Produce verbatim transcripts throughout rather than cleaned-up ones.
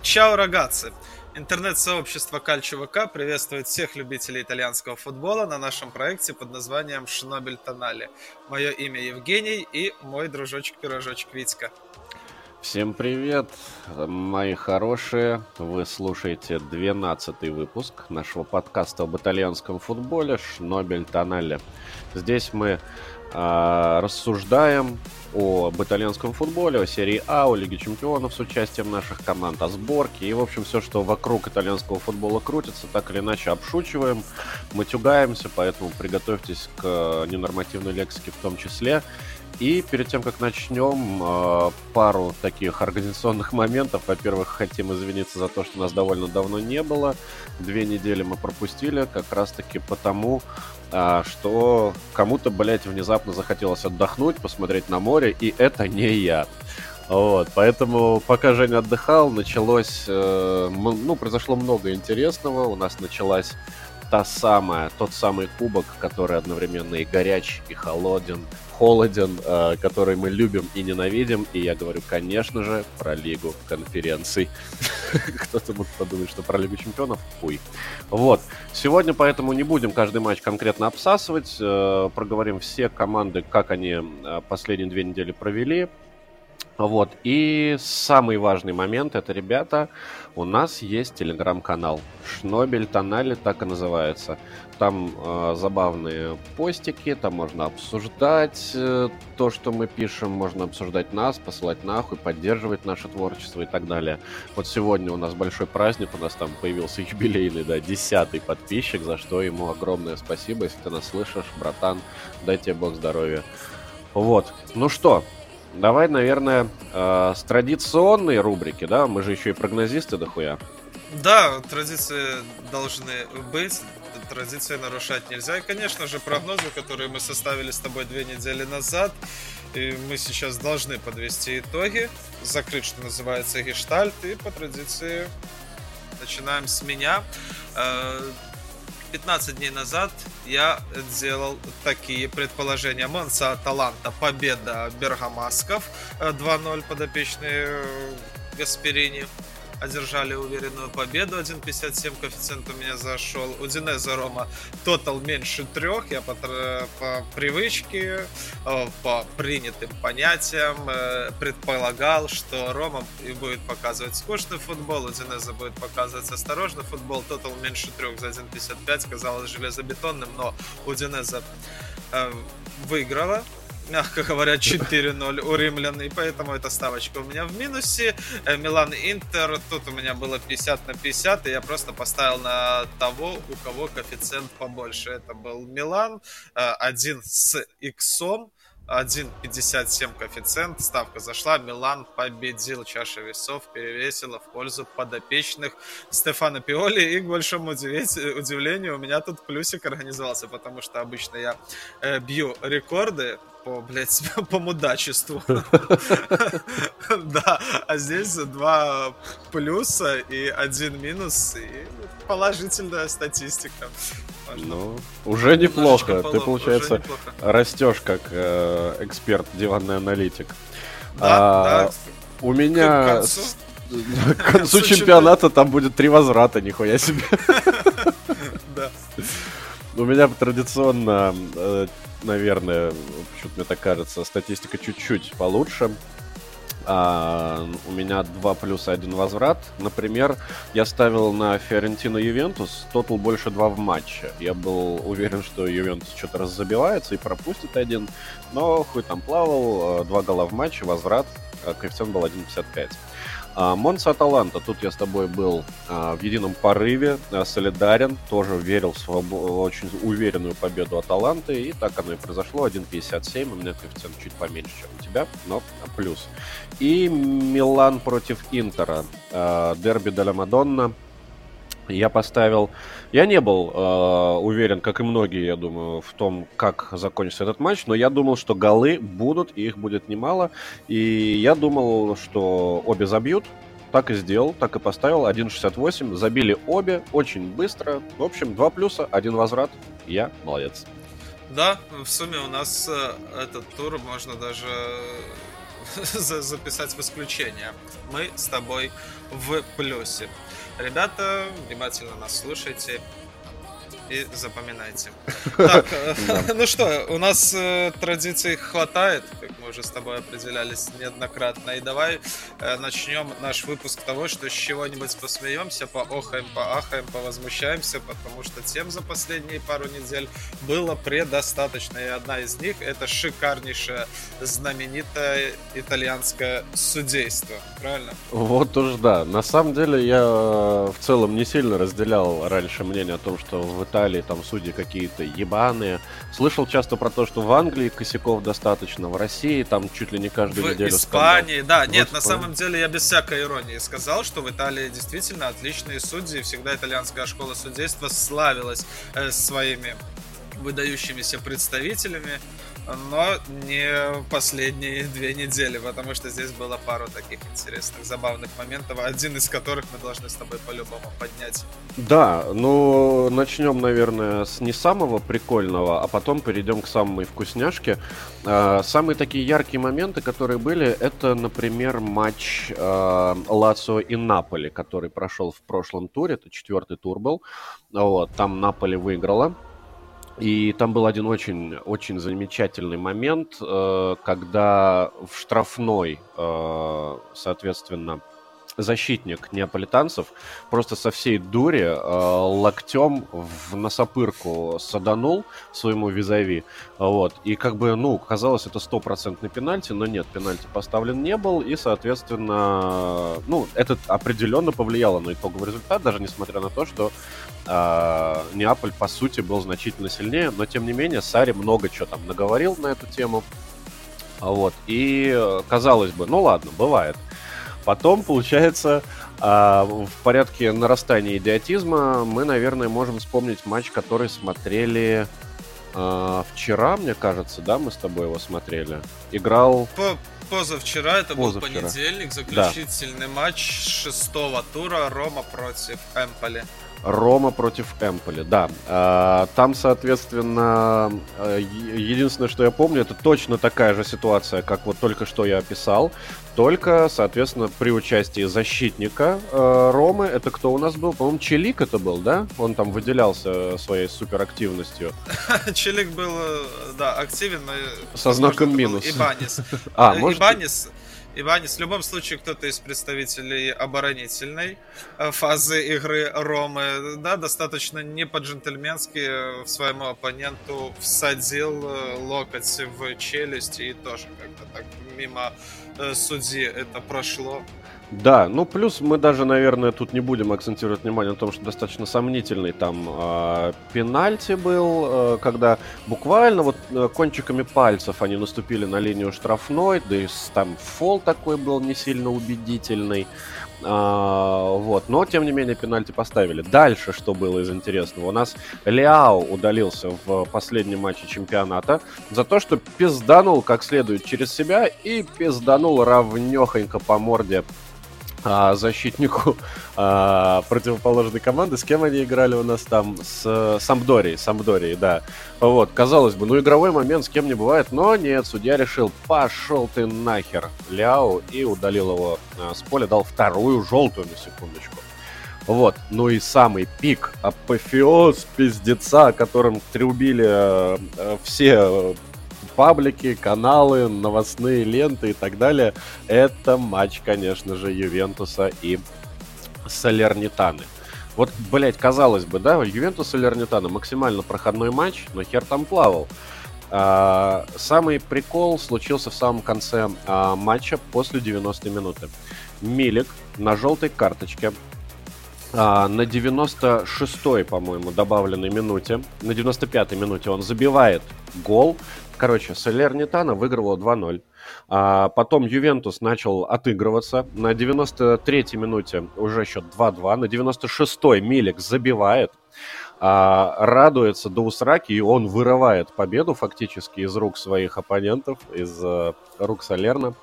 Чао, рагаци! Интернет-сообщество Calcio ВК приветствует всех любителей итальянского футбола на нашем проекте под названием Шнобель Тонале. Мое имя Евгений и мой дружочек-пирожочек Витька. Всем привет, мои хорошие! Вы слушаете двенадцатый выпуск нашего подкаста об итальянском футболе Шнобель Тонале. Здесь мы э, рассуждаем об итальянском футболе, о серии А, о Лиге Чемпионов с участием наших команд, о сборке и, в общем, все, что вокруг итальянского футбола крутится, так или иначе обшучиваем, матюгаемся, поэтому приготовьтесь к ненормативной лексике в том числе. И перед тем, как начнем, пару таких организационных моментов. Во-первых, хотим извиниться за то, что нас довольно давно не было. Две недели мы пропустили, как раз-таки потому, что кому-то, блядь, внезапно захотелось отдохнуть, посмотреть на море, и это не я. Вот, поэтому пока Женя отдыхал, началось, ну, произошло много интересного. У нас началась та самая, тот самый кубок, который одновременно и горяч, и холоден, холоден, э, который мы любим и ненавидим. И я говорю, конечно же, про Лигу конференций. Кто-то мог подумать, что про Лигу чемпионов? Хуй. Вот. Сегодня поэтому не будем каждый матч конкретно обсасывать. Э, проговорим все команды, как они последние две недели провели. Вот. И самый важный момент, это, ребята, у нас есть телеграм-канал. Шнобель Тонале, так и называется. Там э, забавные постики, там можно обсуждать э, то, что мы пишем, можно обсуждать нас, посылать нахуй, поддерживать наше творчество и так далее. Вот сегодня у нас большой праздник, у нас там появился юбилейный, да, десятый подписчик, за что ему огромное спасибо. Если ты нас слышишь, братан, дай тебе Бог здоровья. Вот, ну что... Давай, наверное, э, с традиционной рубрики, да? Мы же еще и прогнозисты дохуя. Да, традиции должны быть, традиции нарушать нельзя. И, конечно же, прогнозы, которые мы составили с тобой две недели назад, и мы сейчас должны подвести итоги, закрыть, что называется, гештальт, и по традиции начинаем с меня. пятнадцать дней назад я делал такие предположения. Монца Аталанта, победа бергамасков, два ноль, подопечные Гасперини одержали уверенную победу, один пятьдесят семь коэффициент у меня зашел. Удинезе Рома тотал меньше трех, я по, по привычке, по принятым понятиям предполагал, что Рома будет показывать скучный футбол, Удинезе будет показывать осторожный футбол, тотал меньше трех за один пятьдесят пять, казалось железобетонным, но Удинезе выиграла, мягко говоря, четыре ноль у римлян, и поэтому эта ставочка у меня в минусе. Милан-Интер, тут у меня было пятьдесят на пятьдесят, и я просто поставил на того, у кого коэффициент побольше. Это был Милан, один с иксом, один пятьдесят семь коэффициент, ставка зашла, Милан победил, чаша весов перевесила в пользу подопечных Стефано Пиоли, и к большому удивлению у меня тут плюсик организовался, потому что обычно я э, бью рекорды по, блядь, по мудачеству. Да, а здесь два плюса и один минус, и положительная статистика. Ну, уже неплохо. Ты, получается, растешь как э, эксперт, диванный аналитик. Да, а, да. У меня к концу, с... к концу чемпионата там будет три возврата, нихуя себе. Да. У меня традиционно, э, наверное, почему-то мне так кажется, статистика чуть-чуть получше. А, у меня два плюса, один возврат. Например, я ставил на Фиорентину Ювентус, тотал больше два в матче. Я был уверен, что Ювентус что-то раззабивается и пропустит один, но хуй там плавал, два гола в матче, возврат, коэффициент был один пятьдесят пять. Монца Аталанта, тут я с тобой был а, в едином порыве, а, солидарен, тоже верил в свобо- очень уверенную победу Аталанты, и так оно и произошло, один пятьдесят семь, у меня коэффициент чуть поменьше, чем у тебя, но плюс. И Милан против Интера, а, дерби де ла Мадонна, я поставил... Я не был э, уверен, как и многие, я думаю, в том, как закончится этот матч, но я думал, что голы будут, и их будет немало. И я думал, что обе забьют. Так и сделал, так и поставил. один шестьдесят восемь. Забили обе очень быстро. В общем, два плюса, один возврат. Я молодец. Да, в сумме у нас этот тур можно даже записать в исключение. Мы с тобой в плюсе. Ребята, внимательно нас слушайте и запоминайте. Так, ну что, у нас э, традиций хватает, как мы уже с тобой определялись неоднократно. И давай э, начнем наш выпуск того, что с чего-нибудь посмеемся, поохаем, поахаем, повозмущаемся, потому что тем за последние пару недель было предостаточно. И одна из них — это шикарнейшее, знаменитое итальянское судейство. Правильно? Вот уж да. На самом деле я в целом не сильно разделял раньше мнение о том, что в Италии там судьи какие-то ебаные. Слышал часто про то, что в Англии косяков достаточно, в России там чуть ли не каждую в неделю Испании, скандал. да. В Нет, Испании. на самом деле я без всякой иронии сказал, что в Италии действительно отличные судьи. Всегда итальянская школа судейства славилась э, своими выдающимися представителями, но не последние две недели, потому что здесь было пару таких интересных, забавных моментов, один из которых мы должны с тобой по-любому поднять. Да, ну начнем, наверное, с не самого прикольного, а потом перейдем к самой вкусняшке. А, самые такие яркие моменты, которые были, это, например, матч а, Лацио и Наполи, который прошел в прошлом туре, это четвертый тур был. Вот, там Наполи выиграла. И там был один очень, очень замечательный момент, э, когда в штрафной, э, соответственно, защитник неаполитанцев просто со всей дури э, локтем в носопырку саданул своему визави. Вот. И как бы, ну, казалось, это стопроцентный пенальти, но нет, пенальти поставлен не был. И, соответственно, ну, это определенно повлияло на итоговый результат, даже несмотря на то, что э, Неаполь, по сути, был значительно сильнее. Но, тем не менее, Сарри много чего там наговорил на эту тему. Вот. И, казалось бы, ну ладно, бывает. Потом, получается, в порядке нарастания идиотизма мы, наверное, можем вспомнить матч, который смотрели вчера, мне кажется, да, мы с тобой его смотрели. Играл... Позавчера, это Позавчера. был понедельник, заключительный да. матч шестого тура Рома против Эмполи. Рома против Эмполи, да. Там, соответственно, единственное, что я помню, это точно такая же ситуация, как вот только что я описал. Только, соответственно, при участии защитника Ромы. Это кто у нас был? По-моему, Челик это был, да? Он там выделялся своей суперактивностью. Челик был, да, активен. Со знаком минус. Ибанис. А, может... Ибанис... Иванис, в любом случае, кто-то из представителей оборонительной фазы игры Ромы, да, достаточно не по-джентльменски своему оппоненту всадил локоть в челюсть, и тоже как-то так мимо судьи это прошло. Да, ну плюс мы даже, наверное, тут не будем акцентировать внимание на том, что достаточно сомнительный там э, пенальти был, э, когда буквально вот э, кончиками пальцев они наступили на линию штрафной, да и там фол такой был не сильно убедительный, э, вот, но тем не менее пенальти поставили. Дальше что было из интересного? У нас Леао удалился в последнем матче чемпионата за то, что пизданул как следует через себя и пизданул равнёхонько по морде А, защитнику а, противоположной команды. С кем они играли у нас там? С Сампдорией, Сампдорией, да. Вот, казалось бы, ну игровой момент с кем не бывает, но нет, судья решил, пошел ты нахер, Ляо, и удалил его а, с поля, дал вторую желтую, на секундочку. Вот, ну и самый пик, апофеоз пиздеца, которым трубили а, а, все паблики, каналы, новостные ленты и так далее. Это матч, конечно же, Ювентуса и Салернитаны. Вот, блять, казалось бы, да, Ювентус и Салернитана максимально проходной матч, но хер там плавал. А, самый прикол случился в самом конце а, матча после девяностой минуты. Милик на желтой карточке а, на девяносто шестой, по-моему, добавленной минуте, на девяносто пятой минуте он забивает гол. Короче, Салернитана выигрывала два ноль. А потом Ювентус начал отыгрываться. На девяносто третьей минуте уже счет два два. На девяносто шестой Милик забивает. А, радуется до усраки, и он вырывает победу фактически из рук своих оппонентов, из uh, рук Салерна.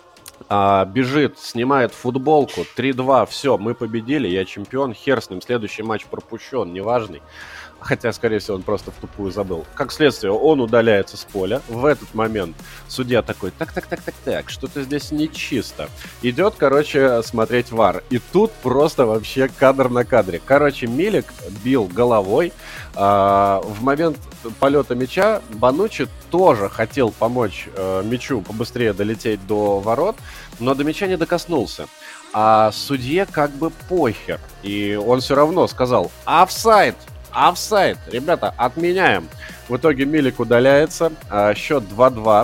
А, бежит, снимает футболку. три два, все, мы победили, я чемпион, хер с ним, следующий матч пропущен, неважный. хотя, скорее всего, он просто в тупую забыл. Как следствие, он удаляется с поля. В этот момент судья такой, так-так-так-так-так, что-то здесь нечисто. Идет, короче, смотреть вар. И тут просто вообще кадр на кадре. Короче, Милик бил головой. А, в момент полета мяча Бонуччи тоже хотел помочь э, мячу побыстрее долететь до ворот, но до мяча не докоснулся. А судье как бы похер. И он все равно сказал «Офсайд! Офсайд! Ребята, отменяем!» В итоге Милик удаляется, а счет два-два.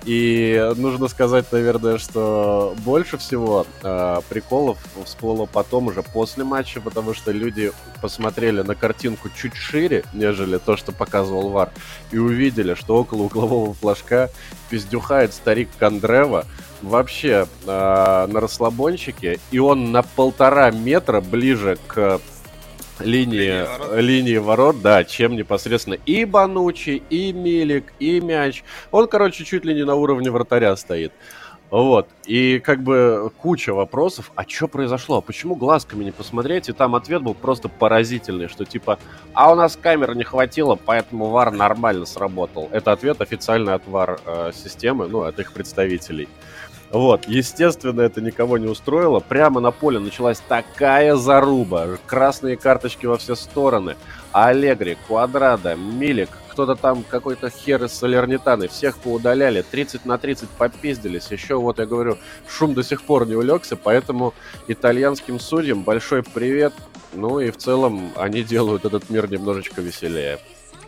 И нужно сказать, наверное, что больше всего э, приколов всплыло потом уже после матча, потому что люди посмотрели на картинку чуть шире, нежели то, что показывал вар, и увидели, что около углового флажка пиздюхает старик Кондрева вообще э, на расслабончике, и он на полтора метра ближе к линии, линии, ворот. линии ворот, да, чем непосредственно и Бонуччи, и Милик, и мяч. Он, короче, чуть ли не на уровне вратаря стоит. Вот. И как бы куча вопросов, а что произошло? Почему глазками не посмотреть? И там ответ был просто поразительный, что типа, а у нас камер не хватило, поэтому вар нормально сработал. Это ответ официальный от вар э, системы, ну, от их представителей. Вот, естественно, это никого не устроило. Прямо на поле началась такая заруба. Красные карточки во все стороны. Аллегри, Квадрада, Милик, кто-то там, какой-то хер из Салернитаны. Всех поудаляли, тридцать на тридцать попиздились. Еще, вот я говорю, шум до сих пор не улегся, поэтому итальянским судьям большой привет. Ну и в целом они делают этот мир немножечко веселее.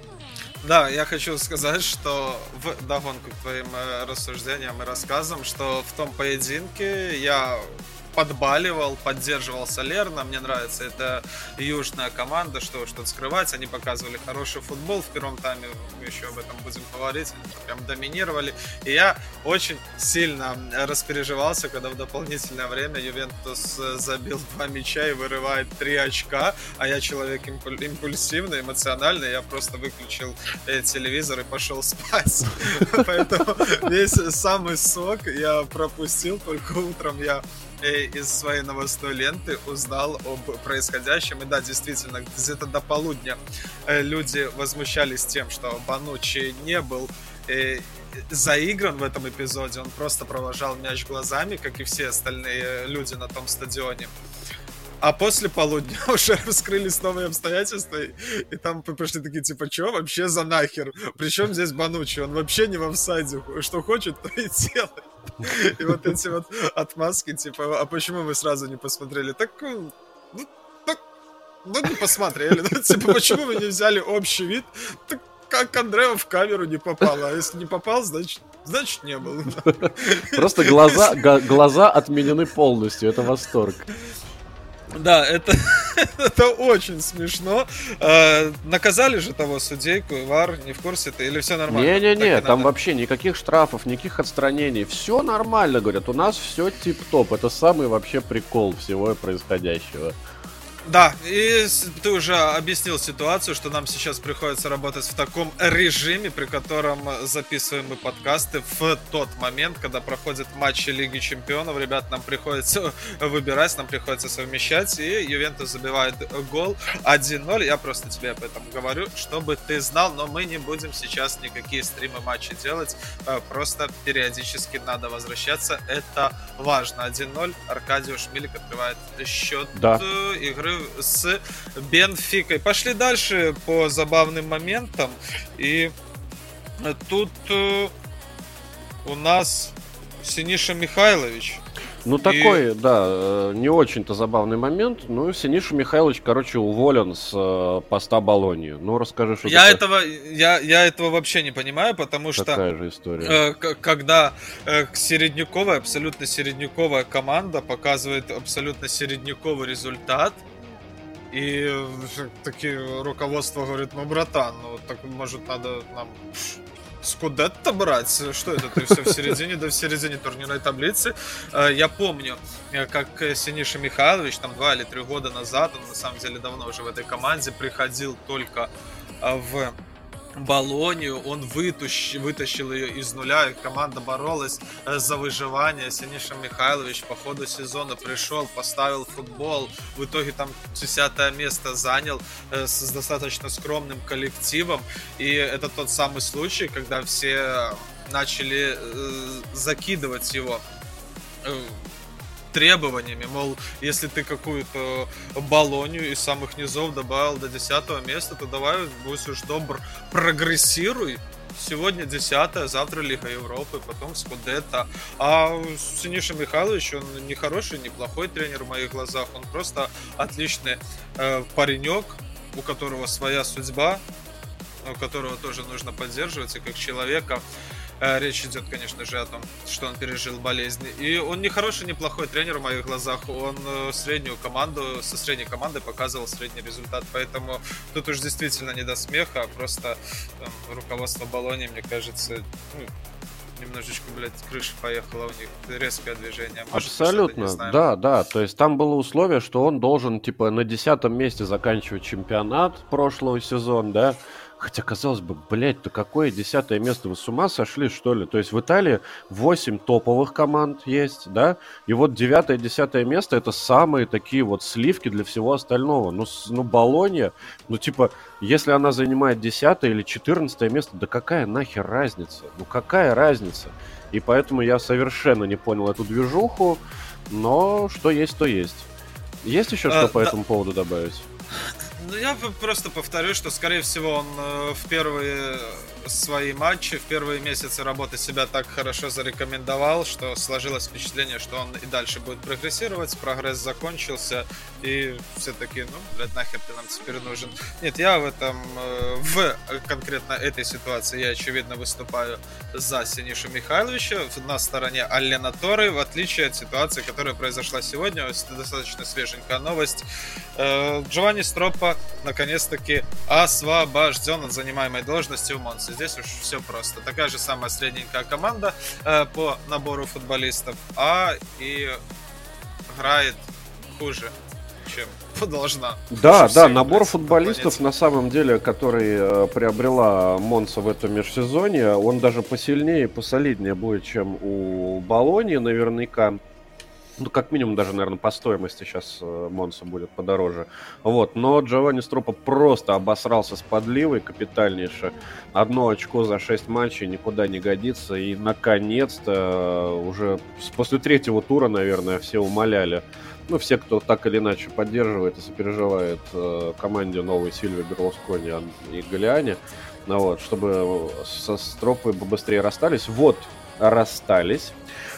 Да, я хочу сказать, что в догонку к твоим рассуждениям и рассказам, что в том поединке я подбаливал, поддерживал Салерно. Мне нравится эта южная команда, что что скрывать. Они показывали хороший футбол. В первом тайме мы еще об этом будем говорить. Они прям доминировали. И я очень сильно распереживался, когда в дополнительное время Ювентус забил два мяча и вырывает три очка. А я человек импульсивный, эмоциональный. Я просто выключил телевизор и пошел спать. Поэтому весь самый сок я пропустил. Только утром я из своей новостной ленты узнал об происходящем. И да, действительно, где-то до полудня люди возмущались тем, что Бонуччи не был э, заигран в этом эпизоде. Он просто провожал мяч глазами, как и все остальные люди на том стадионе. А после полудня уже раскрылись новые обстоятельства, и там пришли такие, типа, что вообще за нахер? Причем здесь Бонуччи? Он вообще не в офсайде. Что хочет, то и делает. И вот эти вот отмазки, типа, а почему вы сразу не посмотрели? Так, ну, так, ну не посмотрели. Ну, типа, почему вы не взяли общий вид? Так как Кондрева в камеру не попал. А если не попал, значит, значит не был. Просто глаза, глаза отменены полностью. Это восторг. Да, это, это очень смешно. Э, наказали же того судейку, вар, не в курсе ты, или все нормально? Не-не-не, там вообще никаких штрафов, никаких отстранений. Все нормально, говорят, у нас все тип-топ. Это самый вообще прикол всего происходящего. Да, и ты уже объяснил ситуацию, что нам сейчас приходится работать в таком режиме, при котором записываем мы подкасты в тот момент, когда проходят матчи Лиги Чемпионов. Ребят, нам приходится выбирать, нам приходится совмещать, и Ювентус забивает гол один ноль. Я просто тебе об этом говорю, чтобы ты знал, но мы не будем сейчас никакие стримы матчей делать, просто периодически надо возвращаться, это важно. один ноль, Аркадиуш Милик открывает счет да. игры с Бенфикой. Пошли дальше по забавным моментам. И тут э, у нас Синиша Михайлович. Ну, и... такой, да, не очень-то забавный момент. Ну, Синиша Михайлович, короче, уволен с э, поста Болоньи. Ну, расскажи, что я этого, я, я этого вообще не понимаю, потому что... Такая же история. Э, к- когда э, середняковая, абсолютно середняковая команда показывает абсолютно середняковый результат, и такие руководство говорит, ну, братан, ну, так, может, надо нам Скудетто брать? Что это ты все в середине, да в середине турнирной таблицы? Я помню, как Синиша Михайлович там два или три года назад, он на самом деле давно уже в этой команде, приходил только в Болонию, он вытащ, вытащил ее из нуля, и команда боролась за выживание. Синиша Михайлович по ходу сезона пришел, поставил футбол, в итоге там десятое место занял с достаточно скромным коллективом, и это тот самый случай, когда все начали закидывать его требованиями, мол, если ты какую-то Болонию из самых низов добавил до десятого места, то давай, будь уж добр, прогрессируй. Сегодня десятое, завтра Лига Европы, потом Скудетто. А Синиша Михайлович, он не хороший, не плохой тренер в моих глазах, он просто отличный э, паренек, у которого своя судьба, у которого тоже нужно поддерживать, и как человека. Речь идет, конечно же, о том, что он пережил болезнь. И он не хороший, не плохой тренер в моих глазах. Он среднюю команду, со средней командой показывал средний результат. Поэтому тут уж действительно не до смеха. Просто там, руководство Болонии, мне кажется, ну, немножечко, блядь, крыша поехала у них. Резкое движение. Может, абсолютно, да, да. То есть там было условие, что он должен, типа, на десятом месте заканчивать чемпионат прошлого сезона, да. Хотя, казалось бы, блядь, то какое десятое место? Вы с ума сошли, что ли? То есть в Италии восемь топовых команд есть, да? И вот девятое, десятое место — это самые такие вот сливки для всего остального. Ну, ну Болонья, ну, типа, если она занимает десятое или четырнадцатое место, да какая нахер разница? Ну, какая разница? И поэтому я совершенно не понял эту движуху, но что есть, то есть. Есть еще что а, по да. этому поводу добавить? Ну, я просто повторю, что, скорее всего, он э, в первые свои матчи, в первые месяцы работы себя так хорошо зарекомендовал, что сложилось впечатление, что он и дальше будет прогрессировать, прогресс закончился, и все таки, ну, блядь, нахер ты нам теперь нужен. Нет, я в этом, э, в конкретно этой ситуации, я, очевидно, выступаю за Синишу Михайловича на стороне Аллена Торы, в отличие от ситуации, которая произошла сегодня. Это достаточно свеженькая новость. Э, Джованни Строппа наконец-таки освобожден от занимаемой должности в Монце. Здесь уж все просто. Такая же самая средненькая команда э, по набору футболистов, а и играет хуже, чем должна. Да, да, набор футболистов, на самом деле, который э, приобрела Монца в этом межсезонье, он даже посильнее и посолиднее будет, чем у Болоньи наверняка. Ну, как минимум, даже, наверное, по стоимости сейчас э, Монса будет подороже. Вот, но Джованни Строппа просто обосрался с подливой капитальнейше. Одно очко за шесть матчей никуда не годится. И, наконец-то, э, уже после третьего тура, наверное, все умоляли. Ну, все, кто так или иначе поддерживает и сопереживает э, команде новой Сильвио Берлускони и Галлиани, ну, вот, чтобы со Строппой побыстрее расстались. Вот, расстались.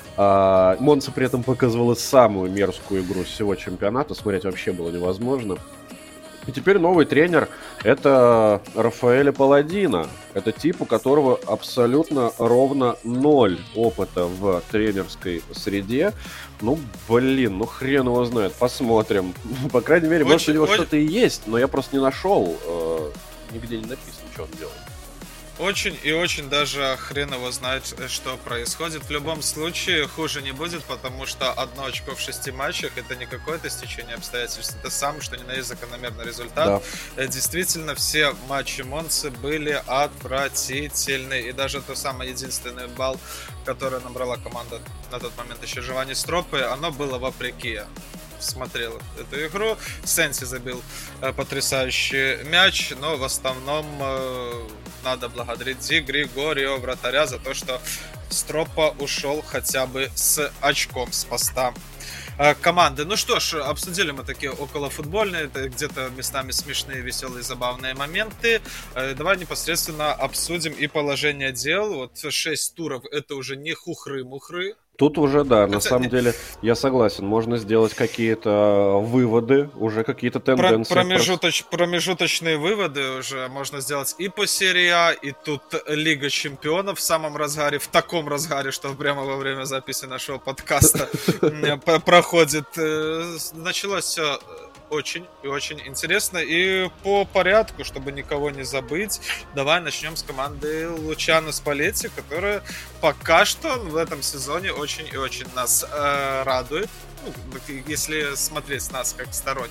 А, Монца при этом показывала самую мерзкую игру всего чемпионата. Смотреть вообще было невозможно. И теперь новый тренер — это Рафаэле Палладино. Это тип, у которого абсолютно ровно ноль опыта в тренерской среде. Ну, блин, ну хрен его знает. Посмотрим. По крайней мере, очень, может, у него очень... что-то и есть, но я просто не нашел. Э, нигде не написано, что он делает. Очень и очень даже хрен его знает, что происходит. В любом случае хуже не будет, потому что одно очко в шести матчах — это не какое-то стечение обстоятельств, это сам, что ни на есть, закономерный результат. Да. Действительно, все матчи Монцы были отвратительны, и даже то самое единственный балл, который набрала команда на тот момент еще Джованни Строппы, оно было вопреки. Смотрел эту игру. Сенси забил э, потрясающий мяч, но в основном э, надо благодарить Ди Григорио, вратаря, за то, что Строппа ушел хотя бы с очком с поста э, команды. Ну что ж, обсудили мы такие околофутбольные, это где-то местами смешные, веселые, забавные моменты. Э, давай непосредственно обсудим и положение дел. Вот шесть туров — это уже не хухры-мухры. Тут уже, да, Хотя... на самом деле, я согласен, можно сделать какие-то выводы, уже какие-то тенденции. Промежуточ... Промежуточные выводы уже можно сделать и по серии А, и тут Лига Чемпионов в самом разгаре, в таком разгаре, что прямо во время записи нашего подкаста проходит. Началось все очень и очень интересно. И по порядку, чтобы никого не забыть, давай начнем с команды Лучано Спалетти, которая пока что в этом сезоне очень и очень нас э, радует, ну, если смотреть с нас как сторонних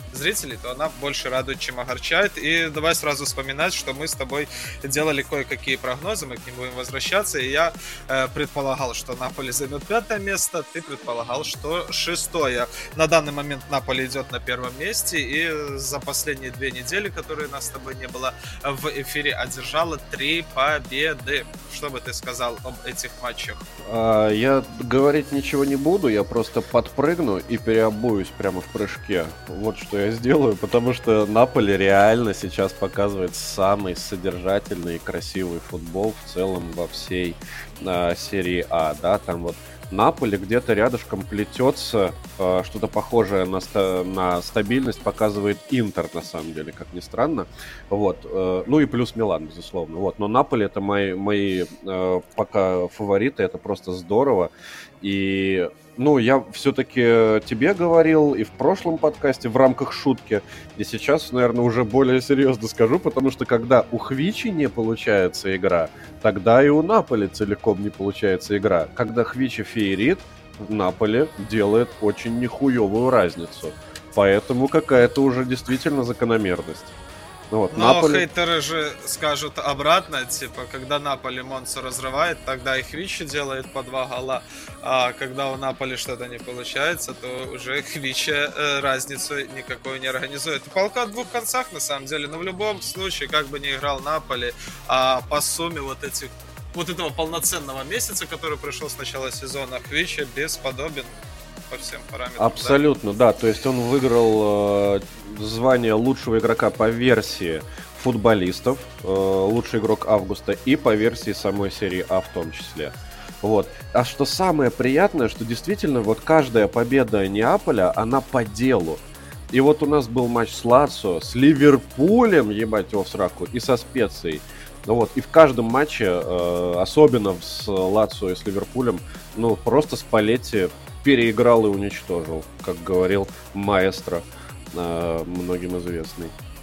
зрителей, то она больше радует, чем огорчает. И давай сразу вспоминать, что мы с тобой делали кое-какие прогнозы, мы к ним будем возвращаться, и я э, предполагал, что Наполи займет пятое место, ты предполагал, что шестое. На данный момент Наполи идет на первом месте, и за последние две недели, которые нас с тобой не было в эфире, одержала три победы. Что бы ты сказал об этих матчах? А, я говорить ничего не буду, я просто подпрыгну и переобуюсь прямо в прыжке. Вот что я сделаю, потому что Наполи реально сейчас показывает самый содержательный и красивый футбол в целом во всей а, серии А, да, там вот Наполи где-то рядышком плетется, э, что-то похожее на, ста- на стабильность показывает Интер, на самом деле, как ни странно. Вот. Э, ну и плюс Милан, безусловно. Вот. Но Наполи — это мои, мои э, пока фавориты, это просто здорово. И, ну, я все-таки тебе говорил и в прошлом подкасте в рамках шутки, и сейчас, наверное, уже более серьезно скажу, потому что когда у Хвичи не получается игра, тогда и у Наполи целиком не получается игра. Когда Хвичи феерит, Наполи делает очень нехуевую разницу. Поэтому какая-то уже действительно закономерность. Вот, Но Наполи... хейтеры же скажут обратно, типа, когда Наполи Монцу разрывает, тогда и Хвичи делает по два гола, а когда у Наполи что-то не получается, то уже Хвичи э, разницу никакой не организует. И полка в двух концах, на самом деле, но в любом случае, как бы ни играл Наполи, а по сумме вот этих вот этого полноценного месяца, который пришел с начала сезона, Хвичи бесподобен по всем параметрам. Абсолютно, да. да. То есть он выиграл э, звание лучшего игрока по версии футболистов, э, лучший игрок августа, и по версии самой серии А в том числе. Вот. А что самое приятное, что действительно вот каждая победа Неаполя, она по делу. И вот у нас был матч с Лацио, с Ливерпулем, ебать его в сраку, и со Специей. Ну вот, и в каждом матче, э, особенно с Лацио и с Ливерпулем, ну просто Спалетти переиграл и уничтожил, как говорил маэстро, э, многим известный.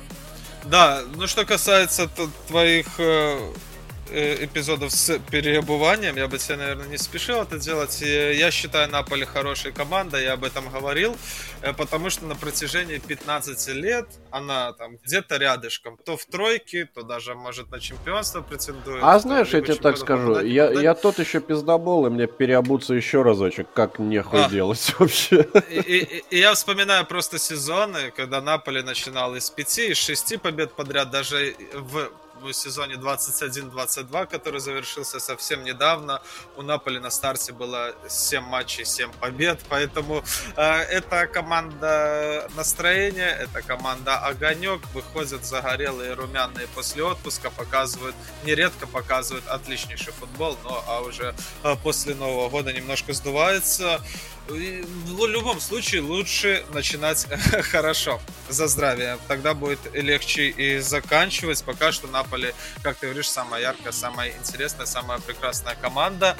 Да, ну что касается т- твоих э, э, эпизодов с переобуванием, я бы тебе, наверное, не спешил это делать. И я считаю Наполи хорошей командой, я об этом говорил, э, потому что на протяжении пятнадцати лет она там где-то рядышком, то в тройке, то даже, может, на чемпионство претендует. А знаешь, я тебе так скажу, я, я тот еще пиздобол, и мне переобуться еще разочек, как нехуй а. делать вообще. И, и, и я вспоминаю просто сезоны, когда Наполи начинал из пяти, из шести побед подряд, даже в в сезоне двадцать один двадцать два, который завершился совсем недавно, у Наполи на старте было семь матчей, семь побед, поэтому э, это команда настроения, это команда огонек, выходят загорелые, румяные после отпуска, показывают, нередко показывают отличнейший футбол, но а уже э, после Нового года немножко сдувается. И в любом случае лучше начинать хорошо, за здравие. Тогда будет легче и заканчивать. Пока что Наполи, как ты говоришь, самая яркая, самая интересная, самая прекрасная команда.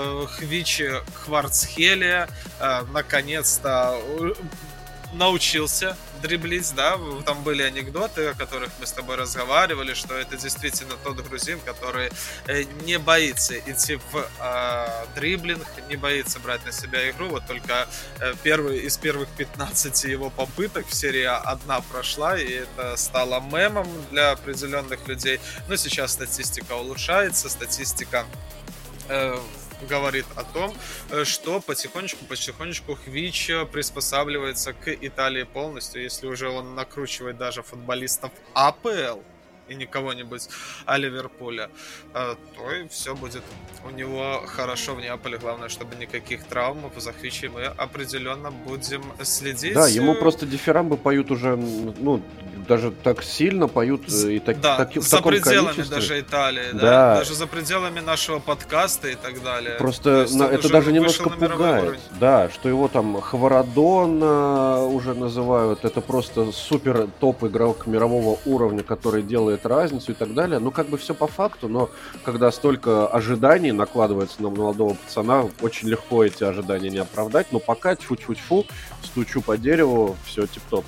Хвичи Кварцхелия наконец-то научился дриблить, да, там были анекдоты, о которых мы с тобой разговаривали, что это действительно тот грузин, который не боится идти в э, дриблинг, не боится брать на себя игру, вот только э, первый из первых пятнадцати его попыток в серии А одна прошла, и это стало мемом для определенных людей, но сейчас статистика улучшается, статистика э, говорит о том, что потихонечку-потихонечку Хвич приспосабливается к Италии полностью. Если уже он накручивает даже футболистов АПЛ и не кого-нибудь, а Ливерпуля, то и все будет у него хорошо в Неаполе. Главное, чтобы никаких травм. За Хвичи мы определенно будем следить. Да, ему просто дифирамбы поют уже, ну, даже так сильно поют и так, да, так, в за таком пределами количестве. даже Италии, да. Да. Даже за пределами нашего подкаста и так далее. Просто на, это даже немножко пугает, да, что его там Хварадон уже называют, это просто супер топ игрок мирового уровня, который делает разницу и так далее. Ну, как бы все по факту, но когда столько ожиданий накладывается на молодого пацана, очень легко эти ожидания не оправдать, но пока тьфу-тьфу-тьфу, стучу по дереву, все тип-топ.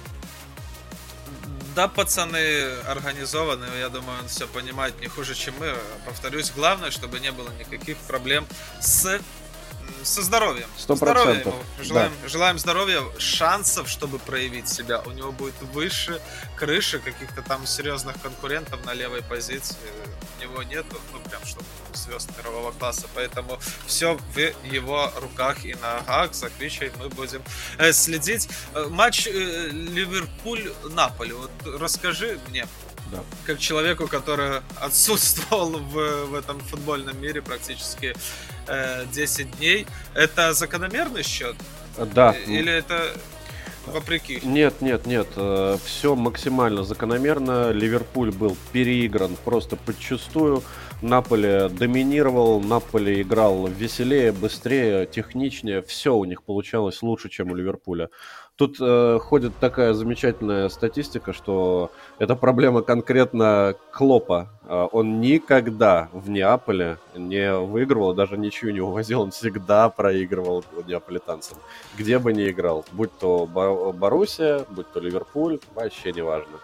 Да, пацаны организованы, я думаю, он все понимает не хуже, чем мы. Повторюсь, главное, чтобы не было никаких проблем с Со здоровьем. Сто Здоровья процентов. ему. Желаем, да. желаем здоровья, шансов, чтобы проявить себя. У него будет выше крыши, каких-то там серьезных конкурентов на левой позиции. У него нету, ну прям чтобы звезд мирового класса. Поэтому все в его руках и ногах. За Квичей мы будем э, следить. Э, матч э, Ливерпуль-Наполи. Вот расскажи мне. Да. Как человеку, который отсутствовал в, в этом футбольном мире практически э, десять дней, это закономерный счет? Да. Или это вопреки? Нет, нет, нет. Все максимально закономерно. Ливерпуль был переигран просто подчистую. Наполи доминировал, Наполи играл веселее, быстрее, техничнее. Все у них получалось лучше, чем у Ливерпуля. Тут э, ходит такая замечательная статистика, что это проблема конкретно Клопа. Э, он никогда в Неаполе не выигрывал, даже ничью не увозил, он всегда проигрывал неаполитанцам. Где бы ни играл, будь то Боруссия, будь то Ливерпуль, вообще не важно.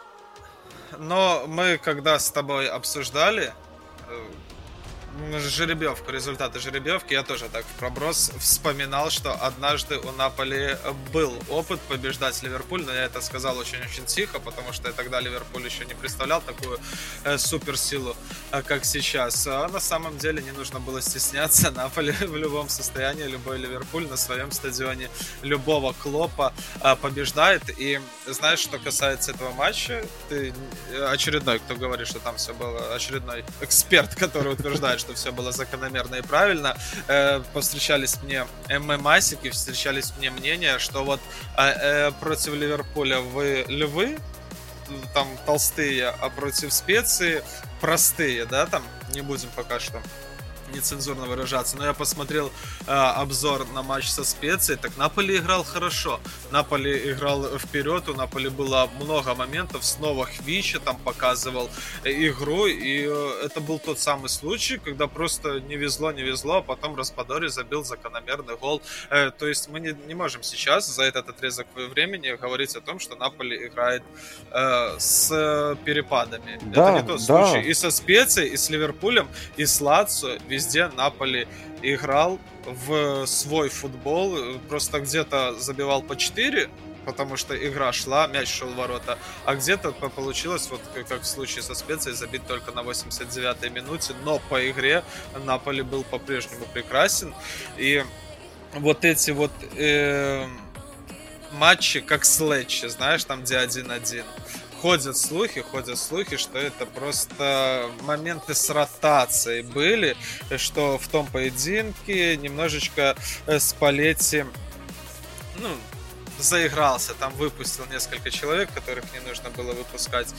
Но мы когда с тобой обсуждали жеребьевку, результаты жеребьевки, я тоже так в проброс вспоминал, что однажды у Наполи был опыт побеждать Ливерпуль, но я это сказал очень-очень тихо, потому что я тогда Ливерпуль еще не представлял такую э, суперсилу, э, как сейчас. А на самом деле не нужно было стесняться. Наполи в любом состоянии, любой Ливерпуль на своем стадионе любого Клопа э, побеждает. И знаешь, что касается этого матча, ты очередной, кто говорит, что там все было, очередной эксперт, который утверждает, что все было закономерно и правильно. Э, повстречались мне ММАсики, встречались мне мнения, что вот э, э, против Ливерпуля вы львы, там толстые, а против Специи простые, да, там не будем пока что нецензурно выражаться, но я посмотрел э, обзор на матч со Специей, так Наполи играл хорошо, Наполи играл вперед, у Наполи было много моментов, снова Хвича там показывал э, игру, и э, это был тот самый случай, когда просто не везло, не везло, а потом Распадори забил закономерный гол, э, то есть мы не, не можем сейчас за этот отрезок времени говорить о том, что Наполи играет э, с перепадами, да, это не тот да. случай, и со Специей, и с Ливерпулем, и с Лацио, везде Наполи играл в свой футбол, просто где-то забивал по четыре, потому что игра шла, мяч шел в ворота, а где-то получилось, вот как в случае со Специей, забить только на восемьдесят девятой минуте, но по игре Наполи был по-прежнему прекрасен, и вот эти вот э, матчи, как с Леччи, знаешь, там где один-один, Ходят слухи, ходят слухи, что это просто моменты с ротацией были, что в том поединке немножечко Спалетти, ну, заигрался, там выпустил несколько человек, которых не нужно было выпускать.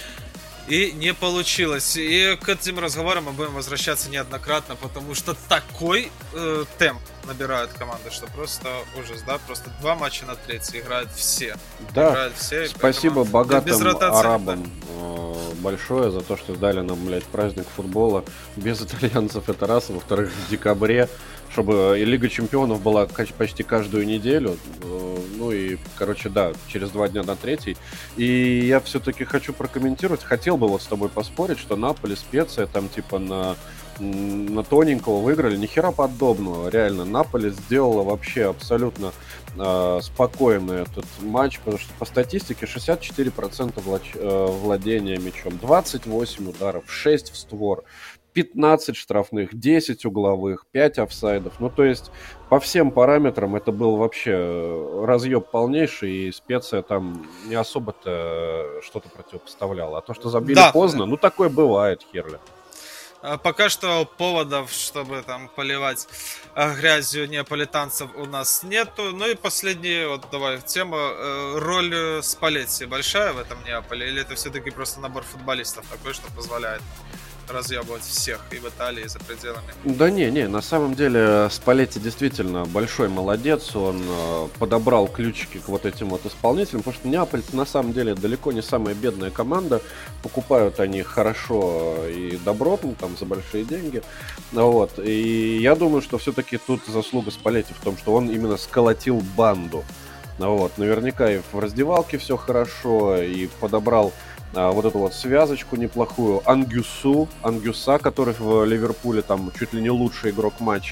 И не получилось. И к этим разговорам мы будем возвращаться неоднократно, потому что такой э, темп набирают команды, что просто ужас, да? Просто два матча на третий играют все. Да, играют все, спасибо богатым арабам да. большое за то, что дали нам, блядь, праздник футбола без итальянцев, это раз. Во-вторых, в декабре, чтобы и Лига Чемпионов была почти каждую неделю. Ну и, короче, да, через два дня на третий. И я все-таки хочу прокомментировать, хотел бы вот с тобой поспорить, что Наполи, Специя там типа на, на тоненького выиграли. Ни хера подобного, реально. Наполи сделала вообще абсолютно э, спокойный этот матч, потому что по статистике шестьдесят четыре процента влач, э, владения мячом, двадцать восемь ударов, шесть в створ, пятнадцать штрафных, десять угловых, пять офсайдов. Ну, то есть, по всем параметрам это был вообще разъеб полнейший, и Специя там не особо-то что-то противопоставляла. А то, что забили да. поздно, ну, такое бывает, херля. Пока что поводов, чтобы там поливать грязью неаполитанцев, у нас нету. Ну и последняя, вот давай, тема. Роль Спалетти большая в этом Неаполе? Или это все-таки просто набор футболистов такой, что позволяет разъебывать всех и в Италии, и за пределами? Да не, не, на самом деле Спалетти действительно большой молодец, он э, подобрал ключики к вот этим вот исполнителям, потому что Неаполь на самом деле далеко не самая бедная команда, покупают они хорошо и добротно, там, за большие деньги, вот, и я думаю, что все-таки тут заслуга Спалетти в том, что он именно сколотил банду, вот, наверняка и в раздевалке все хорошо, и подобрал А, вот эту вот связочку неплохую, Ангюсу, Ангюса, который в Ливерпуле там чуть ли не лучший игрок матча,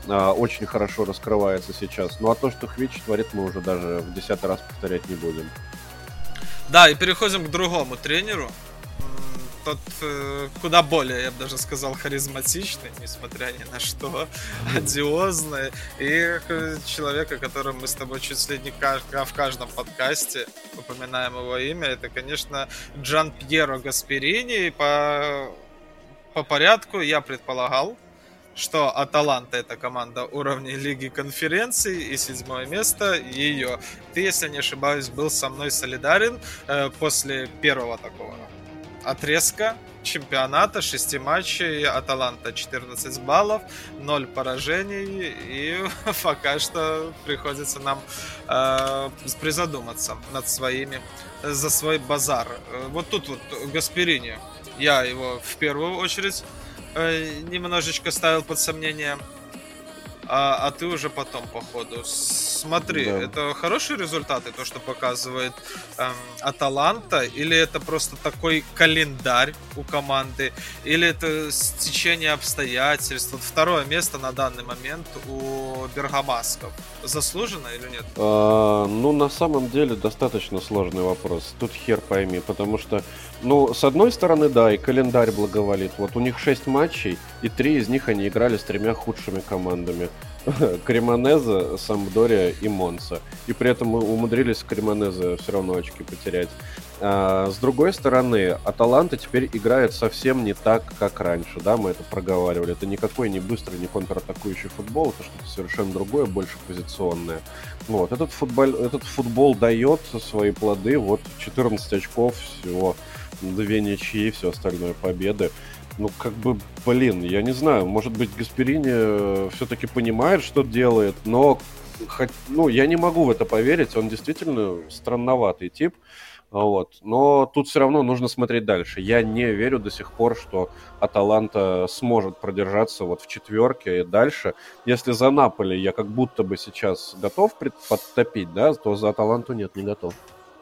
а, очень хорошо раскрывается сейчас. Ну а то, что Хвич творит, мы уже даже в десятый раз повторять не будем. Да, и переходим к другому тренеру. Тот э, куда более, я бы даже сказал, харизматичный, несмотря ни на что, одиозный. И человек, о котором мы с тобой чуть ли не в каждом подкасте упоминаем его имя, это, конечно, Джан Пьеро Гасперини. И по, по порядку я предполагал, что Аталанта — это команда уровня Лиги Конференций, и седьмое место ее. Ты, если не ошибаюсь, был со мной солидарен э, после первого такого отрезка чемпионата, шести матчей, Аталанта четырнадцать баллов, ноль поражений, и пока что приходится нам э, призадуматься над своими, за свой базар. Вот тут вот Гасперини, я его в первую очередь э, немножечко ставил под сомнение, а, а ты уже потом по ходу. Смотри, да. Это хорошие результаты, то, что показывает эм, Аталанта, или это просто такой календарь у команды, или это стечение обстоятельств? Вот второе место на данный момент у Бергамасков. Заслуженно или нет? А, ну, на самом деле, достаточно сложный вопрос. Тут хер пойми, потому что, ну, с одной стороны, да, и календарь благоволит. Вот у них шесть матчей, и три из них они играли с тремя худшими командами. Кремонезе, Сампдория и Монса. И при этом мы умудрились Кремонезе все равно очки потерять. А, с другой стороны, Аталанта теперь играет совсем не так, как раньше, да, мы это проговаривали. Это никакой не быстрый, не контратакующий футбол, это что-то совершенно другое, больше позиционное. Вот, этот футбол, этот футбол дает свои плоды, вот четырнадцать очков всего, две ничьи, все остальное победы. Ну, как бы, блин, я не знаю, может быть, Гасперини все-таки понимает, что делает, но, хоть, ну, я не могу в это поверить, он действительно странноватый тип, вот, но тут все равно нужно смотреть дальше. Я не верю до сих пор, что Аталанта сможет продержаться вот в четверке и дальше. Если за Наполи я как будто бы сейчас готов подтопить, да, то за Аталанту нет, не готов.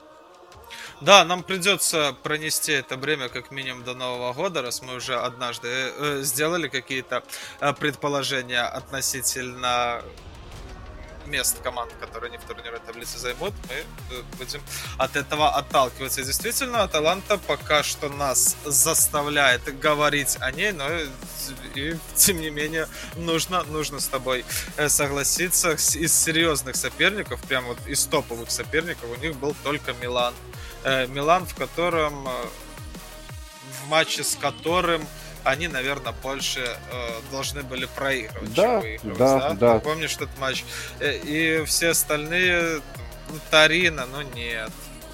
Да, нам придется пронести это время как минимум до Нового года, раз мы уже однажды э, сделали какие-то э, предположения относительно мест команд, которые они в турнирной таблице займут, мы э, будем от этого отталкиваться. И действительно, Аталанта пока что нас заставляет говорить о ней, но и, тем не менее нужно, нужно с тобой э, согласиться. Из серьезных соперников, прям вот из топовых соперников, у них был только Милан. Милан, в котором, в матче с которым они, наверное, больше э, должны были проигрывать, да, чем выигрывать. Да, да? да. Ты помнишь этот матч? И все остальные, ну, Торино, ну нет.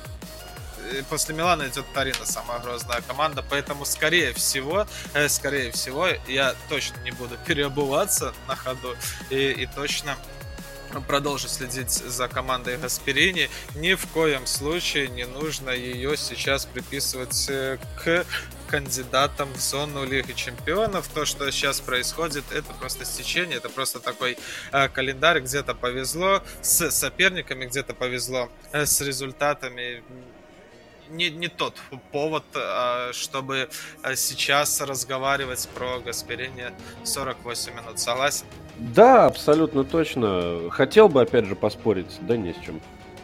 И после Милана идет Торино, самая грозная команда, поэтому, скорее всего, э, скорее всего, я точно не буду переобуваться на ходу и, и точно продолжу следить за командой Гасперини. Ни в коем случае не нужно ее сейчас приписывать к кандидатам в зону Лиги Чемпионов. То, что сейчас происходит, это просто стечение, это просто такой э, календарь. Где-то повезло с соперниками, где-то повезло э, с результатами. Не, не тот повод, чтобы сейчас разговаривать про Гасперини сорок восемь минут. Согласен? Да, абсолютно точно. Хотел бы, опять же, поспорить, да не с чем.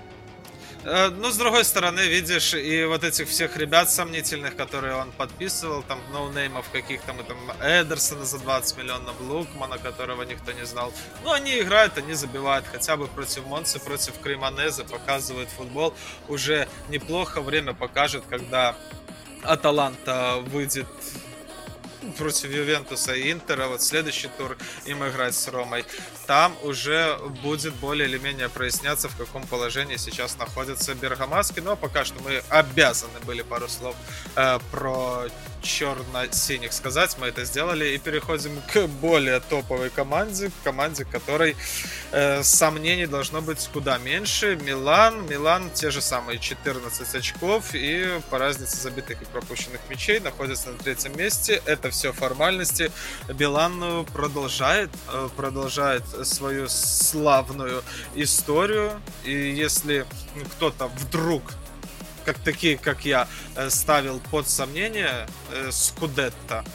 Но, с другой стороны, видишь, и вот этих всех ребят сомнительных, которые он подписывал, там, ноунеймов каких-то, мы там, Эдерсона за двадцать миллионов, Лукмана, которого никто не знал. Ну, они играют, они забивают, хотя бы против Монцы, против Кремонезе, показывают футбол. Уже неплохо, время покажет, когда Аталанта выйдет против Ювентуса и Интера, вот следующий тур им играть с Ромой, там уже будет более или менее проясняться, в каком положении сейчас находится Бергамаски. Но пока что мы обязаны были пару слов э, про черно-синих сказать, мы это сделали, и переходим к более топовой команде, к команде, которой э, сомнений должно быть куда меньше. Милан, Милан те же самые четырнадцать очков, и по разнице забитых и пропущенных мячей находится на третьем месте. Это все формальности. Милан продолжает, продолжает свою славную историю, и если кто-то вдруг, как такие, как я, ставил под сомнение Скудетто,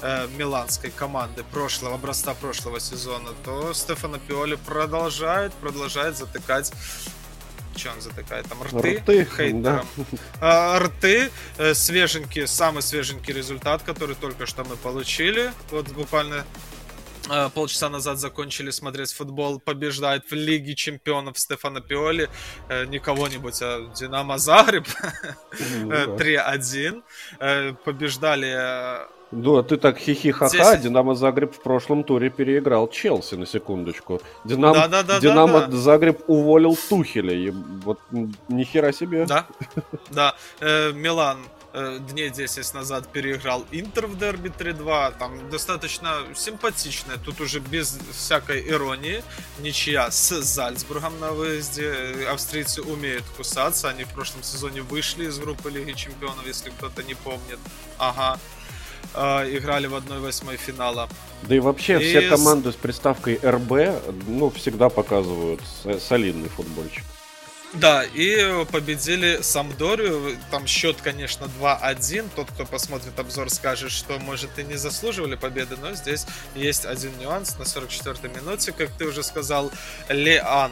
э, миланской команды прошлого, образца прошлого сезона, то Стефано Пиоли продолжает, продолжает затыкать. Че он затыкает? Там рты, рты хейтерам. Да. А, рты, э, свеженький, самый свеженький результат, который только что мы получили. Вот буквально э, полчаса назад закончили смотреть футбол. Побеждает в Лиге Чемпионов Стефано Пиоли. Э, не кого-нибудь, а Динамо Загреб. Ну, три один. Э, побеждали... Да, ты так хихи-ха-ха. Динамо Загреб в прошлом туре переиграл Челси, на секундочку. Динамо, да, да, да, Динамо да, да. Загреб уволил Тухеля. И вот ни хера себе. Да, да. Э, Милан э, дней десять назад переиграл Интер в дерби три два. Там достаточно симпатичная, тут уже без всякой иронии. Ничья с Зальцбургом на выезде. Австрийцы умеют кусаться. Они в прошлом сезоне вышли из группы Лиги Чемпионов, если кто-то не помнит. Ага. Играли в одной восьмой финала. Да и вообще и все команды с приставкой эр бэ, ну, всегда показывают солидный футбольчик. Да, и победили Сампдорию. Там счет, конечно, два один. Тот, кто посмотрит обзор, скажет, что, может, и не заслуживали победы, но здесь есть один нюанс. На сорок четвёртой минуте, как ты уже сказал, Леан.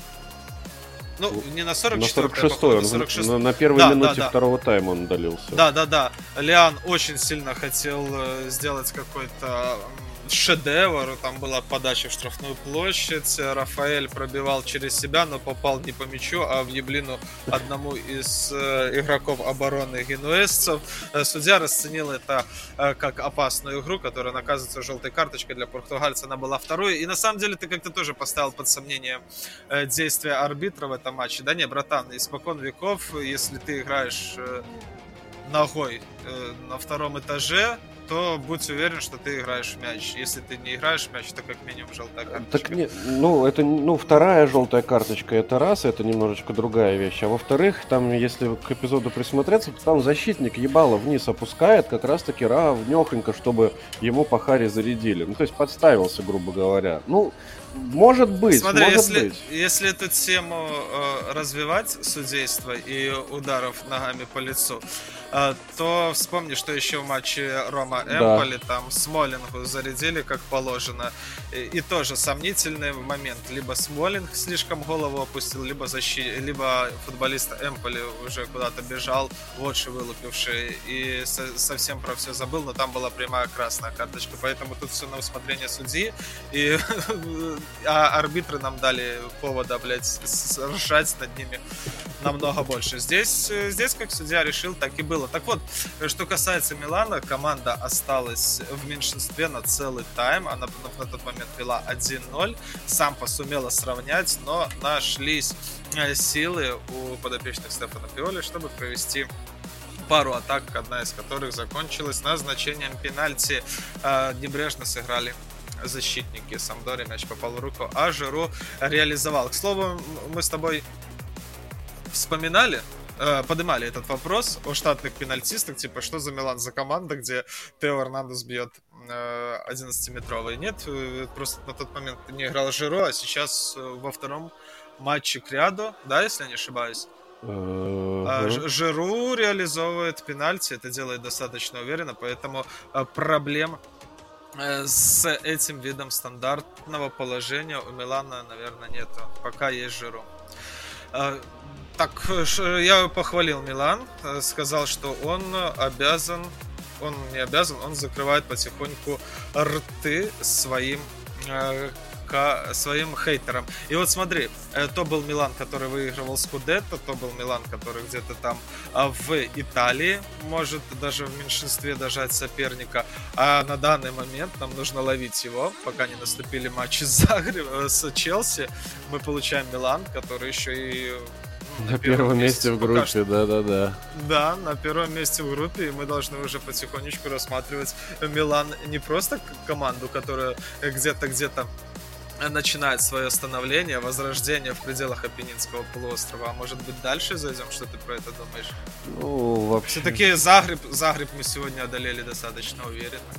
Ну, не на сорок четвёртой, на сорок шестой, а на сорок шестой. На, на первой да, минуте да, да. второго тайма он удалился. Да, да, да. Леан очень сильно хотел сделать какой-то шедевр. Там была подача в штрафную площадь. Рафаэль пробивал через себя, но попал не по мячу, а в еблину одному из э, игроков обороны генуэзцев. Судья расценил это э, как опасную игру, которая наказывается желтой карточкой. Для португальца она была второй. И на самом деле ты как-то тоже поставил под сомнение э, действия арбитра в этом матче. Да не, братан, испокон веков, если ты играешь э, ногой э, на втором этаже, то будь уверен, что ты играешь в мяч. Если ты не играешь в мяч, то как минимум желтая карточка. Так не, ну, это, ну, вторая желтая карточка, это раз, это немножечко другая вещь. А во-вторых, там, если к эпизоду присмотреться, то там защитник ебало вниз опускает, как раз-таки равнёхонько, чтобы ему по харе зарядили. Ну, то есть подставился, грубо говоря. Ну, может быть, Смотри, может если, быть. если эту тему э, развивать, судейство и ударов ногами по лицу, э, то вспомни, что еще в матче Рома-Эмполи, да. Там Смолингу зарядили как положено. И, и тоже сомнительный момент. Либо Смолинг слишком голову опустил, либо, защи... либо футболист Эмполи уже куда-то бежал, лучше вылупивший, и со- совсем про все забыл, но там была прямая красная карточка. Поэтому тут все на усмотрение судьи. И а арбитры нам дали повода, блядь, ржать над ними намного больше. Здесь, здесь как судья решил, так и было. Так вот, что касается Милана, команда осталась в меньшинстве на целый тайм. Она на тот момент вела один ноль. Сампа сумела сравнять, но нашлись силы у подопечных Стефано Пиоли, чтобы провести пару атак, одна из которых закончилась назначением пенальти. Небрежно сыграли защитники Сампдории, мяч попал в руку, а Жиру реализовал. К слову, мы с тобой вспоминали, э, поднимали этот вопрос о штатных пенальтистах, типа, что за Милан за команда, где Тео Эрнандес бьет э, одиннадцатиметровый. Нет, э, просто на тот момент не играл Жиру, а сейчас э, во втором матче к ряду, да, если я не ошибаюсь. Uh-huh. Жиру реализовывает пенальти, это делает достаточно уверенно, поэтому э, проблем с этим видом стандартного положения у Милана, наверное, нету. Пока есть Жиру. Так, я похвалил Милан, сказал, что он обязан, он не обязан, он закрывает потихоньку рты своим своим хейтерам. И вот смотри, то был Милан, который выигрывал Скудетто, то был Милан, который где-то там в Италии может даже в меньшинстве дожать соперника. А на данный момент нам нужно ловить его, пока не наступили матчи с Загребом, с Челси. Мы получаем Милан, который еще и ну, на, на первом, первом месте, месте в группе, да-да-да. Да, на первом месте в группе, и мы должны уже потихонечку рассматривать Милан не просто команду, которая где-то где-то начинает свое становление, возрождение в пределах Апеннинского полуострова. А может быть, дальше зайдем? Что ты про это думаешь? Ну, вообще... Все-таки Загреб, Загреб мы сегодня одолели достаточно уверенно, как ни крути.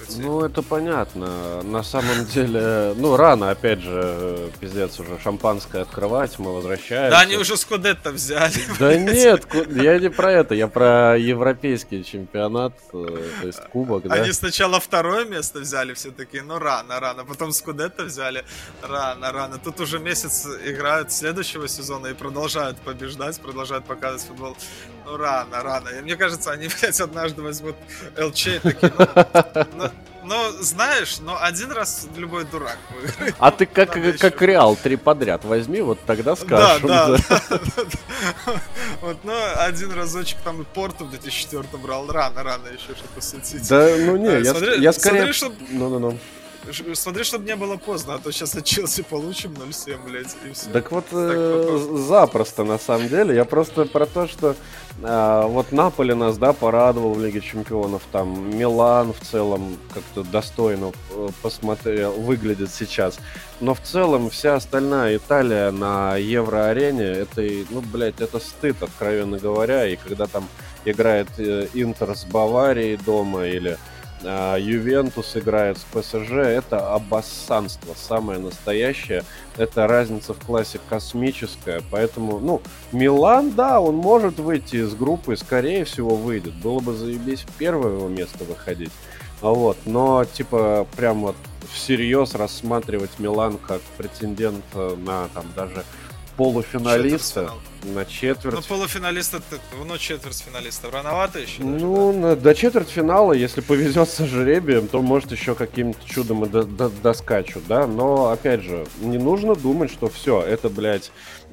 Турции. Ну, это понятно. На самом деле, ну, рано, опять же, пиздец, уже шампанское открывать, мы возвращаемся. Да, они уже Скудетто взяли. Да нет, я не про это, я про европейский чемпионат, то есть кубок, да. Они сначала второе место взяли, все такие, ну, рано, рано. Потом Скудетто взяли, рано, рано. Тут уже месяц играют следующего сезона и продолжают побеждать, продолжают показывать футбол. Ну, рано, рано. И мне кажется, они, блядь, однажды возьмут эл че и такие, ну, ну, ну, знаешь, но один раз любой дурак выиграет. А ты как, как Реал три подряд возьми, вот тогда скажем. Да, да, да, да, да. Вот, ну, один разочек там и Порту в две тысячи четвёртом брал. Рано, рано еще что-то светить. Да, ну не, а, я, смотри, я скорее... Смотри, чтоб... Ну-ну-ну. Смотри, чтобы не было поздно, а то сейчас от Челси получим ноль семь, блядь, и все. Так вот, так э, запросто, на самом деле. Я просто про то, что э, вот Наполи нас, да, порадовал в Лиге Чемпионов, там Милан в целом как-то достойно э, посмотрел, выглядит сейчас. Но в целом вся остальная Италия на Евро-арене, это, ну, блядь, это стыд, откровенно говоря. И когда там играет э, Интер с Баварией дома или... Ювентус играет с ПСЖ, это обоссанство самое настоящее, это разница в классе космическая, поэтому, ну, Милан, да, он может выйти из группы, скорее всего выйдет, было бы заебись в первое его место выходить, вот, но, типа, прям вот всерьез рассматривать Милан как претендент на, там, даже полуфиналиста, на четверть. Ну, полуфиналиста, ну, четвертьфиналиста. Рановато еще? Ну, даже, да? До четвертьфинала, если повезет со жребием, то, может, еще каким-то чудом и до- до- доскачут, да? Но, опять же, не нужно думать, что все, это, блядь,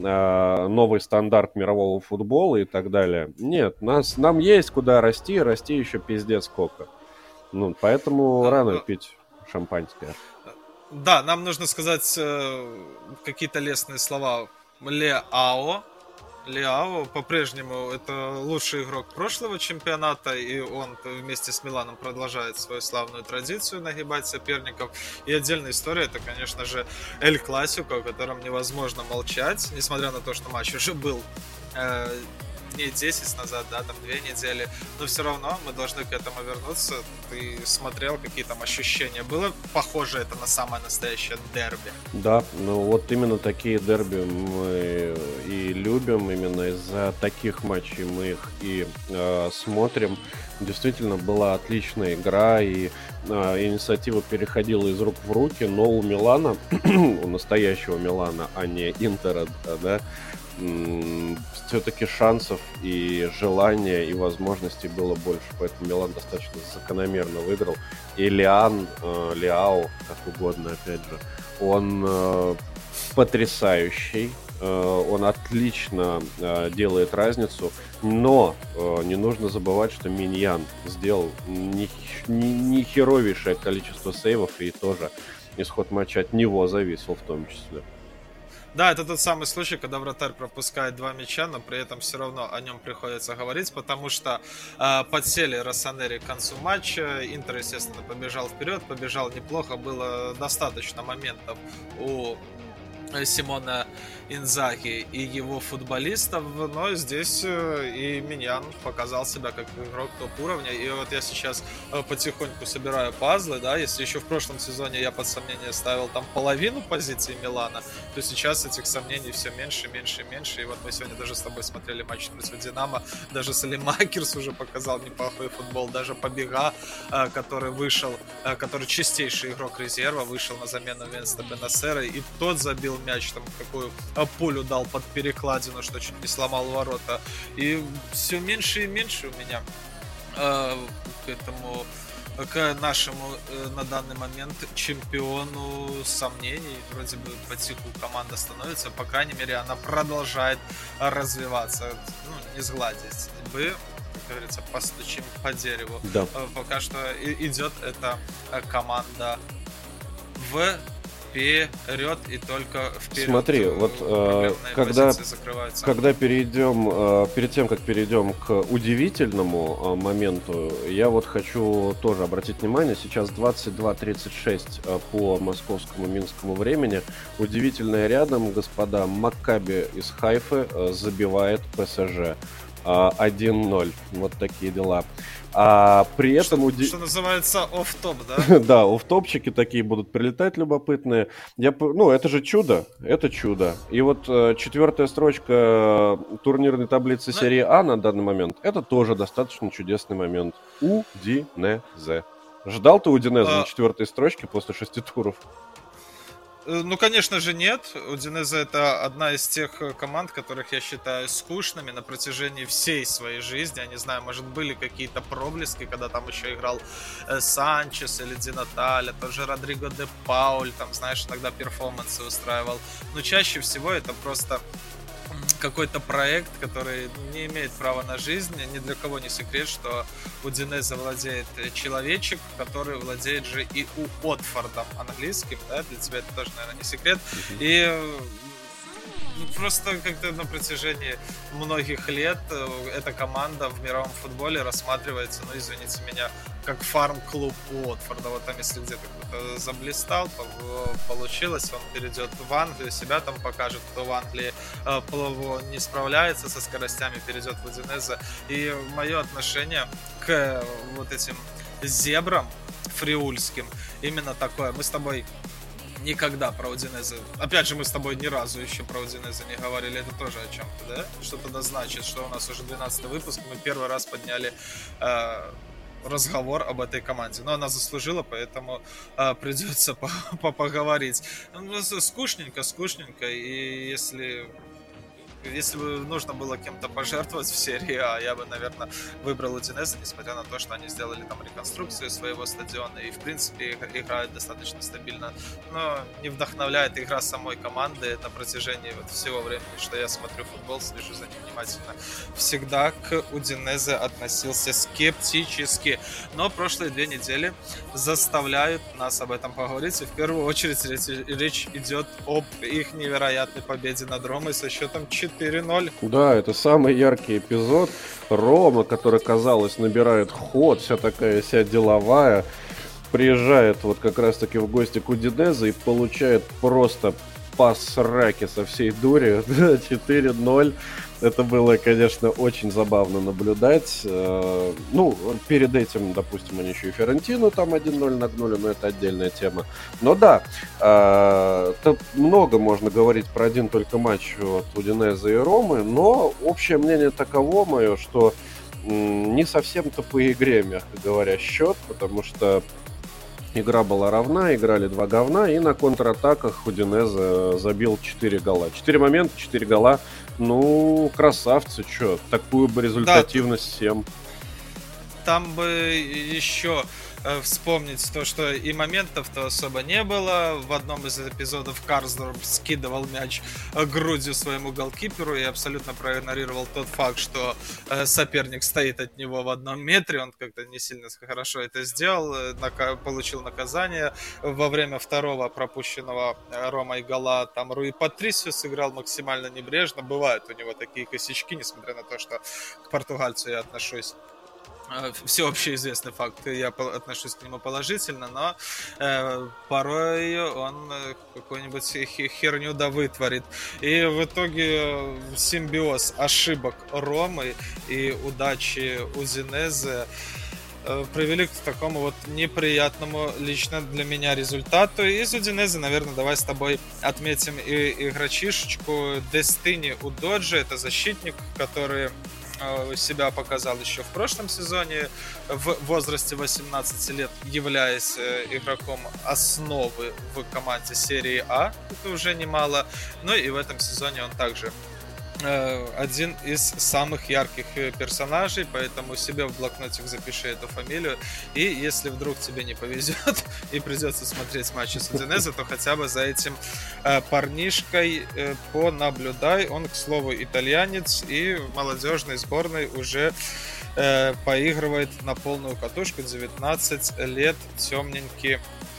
новый стандарт мирового футбола и так далее. Нет, нас, нам есть куда расти, расти еще пиздец сколько. Ну, поэтому да, рано да. пить шампанское. Да, нам нужно сказать э, какие-то лестные слова. Леао. Леао по-прежнему это лучший игрок прошлого чемпионата, и он вместе с Миланом продолжает свою славную традицию нагибать соперников. И отдельная история, это, конечно же, Эль Классико, о котором невозможно молчать, несмотря на то, что матч уже был э, дней десять назад, да, там две недели, но все равно мы должны к этому вернуться. Ты смотрел, какие там ощущения? Было похоже это на самое настоящее дерби? Да, ну вот именно такие дерби мы и любим, именно из-за таких матчей мы их и э, смотрим. Действительно была отличная игра, и э, инициатива переходила из рук в руки, но у Милана, у настоящего Милана, а не Интера, да, все-таки шансов и желания и возможностей было больше, поэтому Милан достаточно закономерно выиграл. И Лиан, э, Лиао, как угодно, опять же, он э, потрясающий, э, он отлично э, делает разницу, но э, не нужно забывать, что Миньян сделал не, не, не херовейшее количество сейвов, и тоже исход матча от него зависел в том числе. Да, это тот самый случай, когда вратарь пропускает два мяча, но при этом все равно о нем приходится говорить, потому что э, подсели Россонери к концу матча, Интер, естественно, побежал вперед, побежал неплохо, было достаточно моментов у Симона Инзаги и его футболистов, но здесь и Миньян показал себя как игрок топ-уровня, и вот я сейчас потихоньку собираю пазлы, да, если еще в прошлом сезоне я под сомнение ставил там половину позиций Милана, то сейчас этих сомнений все меньше, меньше, меньше, и вот мы сегодня даже с тобой смотрели матч против Динамо, даже Салимакерс уже показал неплохой футбол, даже Побега, который вышел, который чистейший игрок резерва, вышел на замену вместо Бенасера, и тот забил мяч, там какую пулю дал под перекладину, что чуть не сломал ворота. И все меньше и меньше у меня э, к этому, к нашему э, на данный момент чемпиону сомнений. Вроде бы потиху команда становится, по крайней мере, она продолжает развиваться. Ну, не сгладить бы, как говорится, постучим по дереву. Да. Пока что идет эта команда в вперед и только вперед. Смотри, вот э, когда, когда перейдем, э, перед тем, как перейдем к удивительному э, моменту, я вот хочу тоже обратить внимание, сейчас двадцать два тридцать шесть э, по московскому минскому времени. Удивительное рядом, господа, Маккаби из Хайфы э, забивает ПСЖ. один ноль. Вот такие дела. А при этом... Что, уди... что называется офф-топ, да? Да, офф-топчики такие будут прилетать любопытные. Я, ну, это же чудо, это чудо. И вот э, четвертая строчка турнирной таблицы Но... серии А на данный момент, это тоже достаточно чудесный момент. Удинезе. Ждал ты Удинезе а... на четвертой строчке после шести туров? Ну, конечно же, нет. Удинезе — это одна из тех команд, которых я считаю скучными на протяжении всей своей жизни. Я не знаю, может, были какие-то проблески, когда там еще играл э, Санчес или Ди Наталя, тот же Родриго де Пауль, там, знаешь, иногда перформансы устраивал. Но чаще всего это просто какой-то проект, который не имеет права на жизнь. Ни для кого не секрет, что Удинезе владеет человечек, который владеет же и у Уотфордом английским, да, для тебя это тоже, наверное, не секрет. И просто как-то на протяжении многих лет эта команда в мировом футболе рассматривается, ну, извините меня, как фарм-клуб Уотфорда. Вот там, если где-то кто-то заблистал, получилось, он перейдет в Англию, себя там покажет, кто в Англии э, не справляется со скоростями, перейдет в Удинезе. И мое отношение к вот этим зебрам фриульским именно такое. Мы с тобой никогда про Удинезе, опять же, мы с тобой ни разу еще про Удинезе не говорили, это тоже о чем-то, да? Что тогда значит, что у нас уже двенадцатый выпуск, мы первый раз подняли э, разговор об этой команде. Но она заслужила, поэтому э, придется по- поговорить. Ну, скучненько, скучненько, и если... Если бы нужно было кем-то пожертвовать в серии А, я бы, наверное, выбрал Удинезе, несмотря на то, что они сделали там реконструкцию своего стадиона и, в принципе, играют достаточно стабильно. Но не вдохновляет игра самой команды на протяжении вот всего времени, что я смотрю футбол, слежу за ним внимательно. Всегда к Удинезе относился скептически. Но прошлые две недели заставляют нас об этом поговорить. И в первую очередь речь идет об их невероятной победе над Ромой со счетом четыре ноль. Да, это самый яркий эпизод. Рома, который, казалось, набирает ход, вся такая вся деловая, приезжает вот как раз-таки в гости к Удинезе и получает просто по сраке со всей дури. четыре ноль. Это было, конечно, очень забавно наблюдать. Ну, перед этим, допустим, они еще и Фиорентину там один ноль нагнули, но это отдельная тема. Но да, тут много можно говорить про один только матч от Удинезе и Ромы, но общее мнение таково мое, что не совсем-то по игре, мягко говоря, счет, потому что игра была равна, играли два говна, и на контратаках Удинезе забил четыре гола. четыре момента, четыре гола. Ну, красавцы, чё, такую бы результативность да, всем. Там бы еще э, вспомнить то, что и моментов-то особо не было. В одном из эпизодов Карсдорп скидывал мяч грудью своему голкиперу и абсолютно проигнорировал тот факт, что э, соперник стоит от него в одном метре. Он как-то не сильно хорошо это сделал, нака- получил наказание. Во время второго пропущенного Ромой гола там Руи Патрисио сыграл максимально небрежно. Бывают у него такие косячки, несмотря на то, что к португальцу я отношусь. Всеобщий известный факт, я отношусь к нему положительно, но э, порой он какую-нибудь херню да вытворит. И в итоге симбиоз ошибок Ромы и удачи Удинезе э, привели к такому вот неприятному лично для меня результату. Из Удинезе, наверное, давай с тобой отметим и игрочишечку Дестини Удоджи. Это защитник, который себя показал еще в прошлом сезоне в возрасте восемнадцати лет, являясь игроком основы в команде серии А. Это уже немало. Ну и в этом сезоне он также один из самых ярких персонажей, поэтому себе в блокнотик запиши эту фамилию. И если вдруг тебе не повезет и придется смотреть матчи с Удинезе, то хотя бы за этим парнишкой понаблюдай. Он, к слову, итальянец и в молодежной сборной уже поигрывает на полную катушку. девятнадцать лет, темненький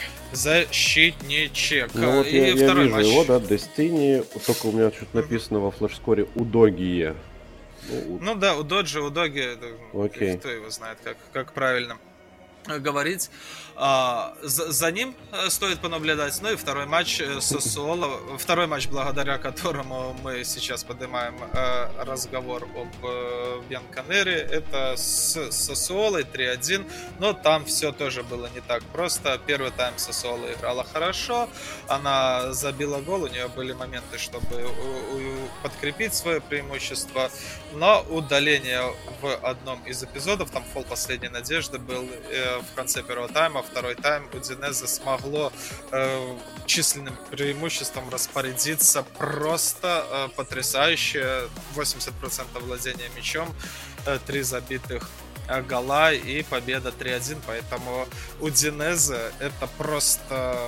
защитничек. Ну вот и я, я вижу матч. его, да, Дестини, только у меня что-то написано во флеш-скоре Удогие. Ну, ну да, Удоджи, Удоги, Окей. кто его знает, как, как правильно. говорить. А, за, за ним стоит понаблюдать. Ну и второй матч Сассуоло, второй матч, благодаря которому мы сейчас поднимаем э, разговор об э, Бьянконере, это с Сассуолой три один, но там все тоже было не так просто. Первый тайм Сассуоло играла хорошо, она забила гол, у нее были моменты, чтобы у, у, подкрепить свое преимущество, но удаление в одном из эпизодов, там фол последней надежды был э, в конце первого тайма, второй тайм Удинезе смогло э, численным преимуществом распорядиться просто э, потрясающе. восемьдесят процентов владения мячом, э, три забитых э, гола и победа три один. Поэтому Удинезе это просто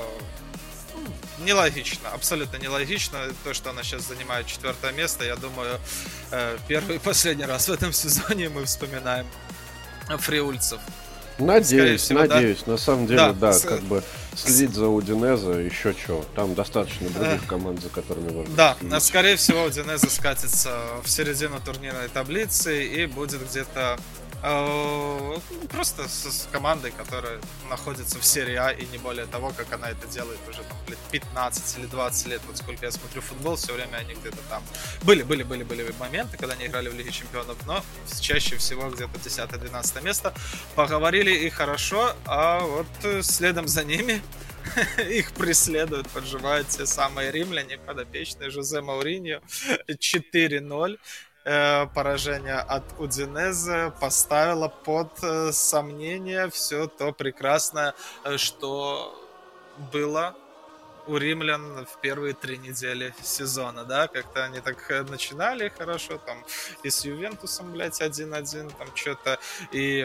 нелогично, абсолютно нелогично. То, что она сейчас занимает четвертое место, я думаю, э, первый и последний раз в этом сезоне мы вспоминаем фриульцев. Надеюсь, всего, надеюсь. Да? На самом деле, да, да с... как бы следить за Удинезе, еще что. Там достаточно других команд, за которыми можно Да, следить. Скорее всего, Удинезе скатится в середину турнирной таблицы и будет где-то э, просто с, с командой, которая находится в серии А, и не более того, как она это делает уже там лет пятнадцать или двадцать лет. Вот сколько я смотрю футбол, все время они где-то там. Были, были, были, были моменты, когда они играли в Лиге Чемпионов, но чаще всего где-то десятое-двенадцатое место. Поговорили и хорошо, а вот следом за ними их преследуют, подживают те самые римляне, подопечные Жозе Мауриньо. четыре ноль. Поражение от Удинезе поставило под сомнение все то прекрасное, что было у римлян в первые три недели сезона, да, как-то они так начинали хорошо, там и с Ювентусом, блядь, один один, там что-то, и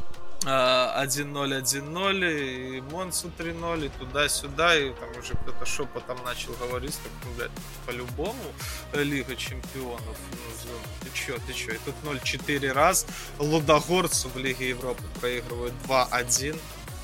один ноль, один ноль, и Монсу три ноль, и туда-сюда, и там уже кто-то шепотом начал говорить, так, ну, блядь, по-любому Лига Чемпионов, ну, ты чё, ты чё, и тут ноль четыре раз Лудогорцу в Лиге Европы проигрывают два один.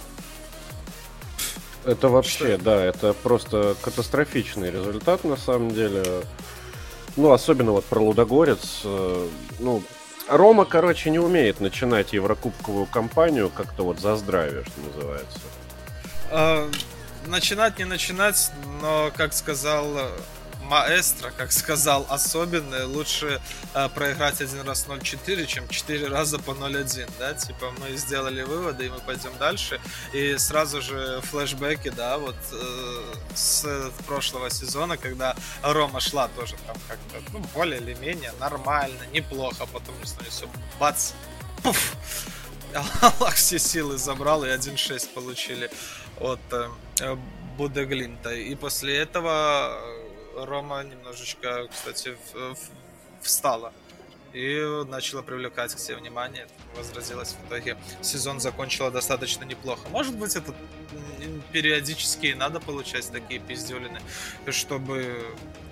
Это вообще, что? Да, это просто катастрофичный результат, на самом деле. Ну, особенно вот про Лудогорец, ну, Рома, короче, не умеет начинать еврокубковую кампанию как-то вот за здравие, что называется. А, начинать, не начинать, но, как сказал маэстро, как сказал особенный, лучше а, проиграть один раз ноль четыре, чем четыре раза по ноль один, да, типа мы сделали выводы, и мы пойдем дальше, и сразу же флешбеки, да, вот э, с прошлого сезона, когда Рома шла тоже там как-то, ну, более или менее нормально, неплохо, потом не все, бац, пуф, Аллах все силы забрал, и один шесть получили от э, Бодеглимта, и после этого Рома немножечко, кстати, в, в, встала и начала привлекать к себе внимание, возразилась в итоге. Сезон закончила достаточно неплохо. Может быть, это периодически и надо получать такие пиздюлины, чтобы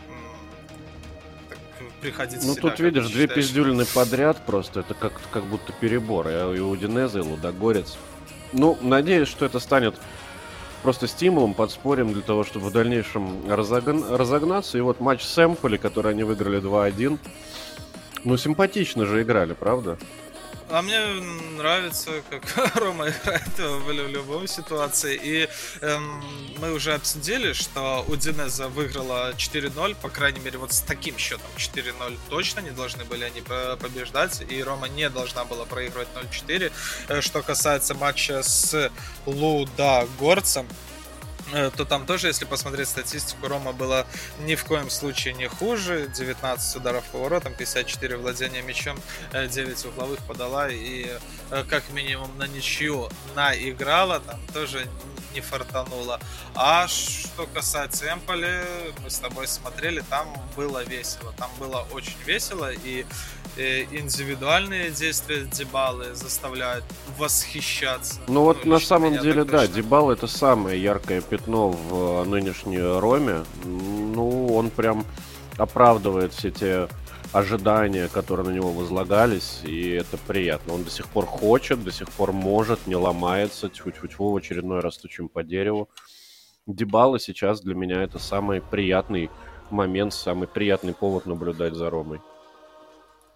так, приходить ну, в себя. Ну, тут, видишь, две пиздюлины подряд просто, это как, как будто перебор. И Удинезе, и Лудогорец. Ну, надеюсь, что это станет просто стимулом, подспорьем для того, чтобы в дальнейшем разогн... разогнаться. И вот матч с Эмполи, который они выиграли два один. Ну, симпатично же играли, правда? А мне нравится, как Рома играет в любой ситуации. И эм, мы уже обсудили, что Удинезе выиграла четыре ноль. По крайней мере, вот с таким счетом четыре ноль точно не должны были они побеждать. И Рома не должна была проигрывать ноль четыре. Что касается матча с Лудогорцем, то там тоже, если посмотреть статистику, Рома была ни в коем случае не хуже. девятнадцать ударов по воротам, пятьдесят четыре владения мячом, девять угловых подала и как минимум на ничью наиграла, там тоже не фартануло. А что касается Эмполи, мы с тобой смотрели, там было весело. Там было очень весело, и индивидуальные действия Дибалы заставляют восхищаться. Ну вот ну, на самом деле, да, точно. Дибала — это самое яркое пятно в нынешней Роме. Ну, он прям оправдывает все те ожидания, которые на него возлагались, и это приятно. Он до сих пор хочет, до сих пор может, не ломается. Тьфу-тьфу-тьфу, в очередной раз стучим по дереву. Дибала сейчас для меня это самый приятный момент, самый приятный повод наблюдать за Ромой.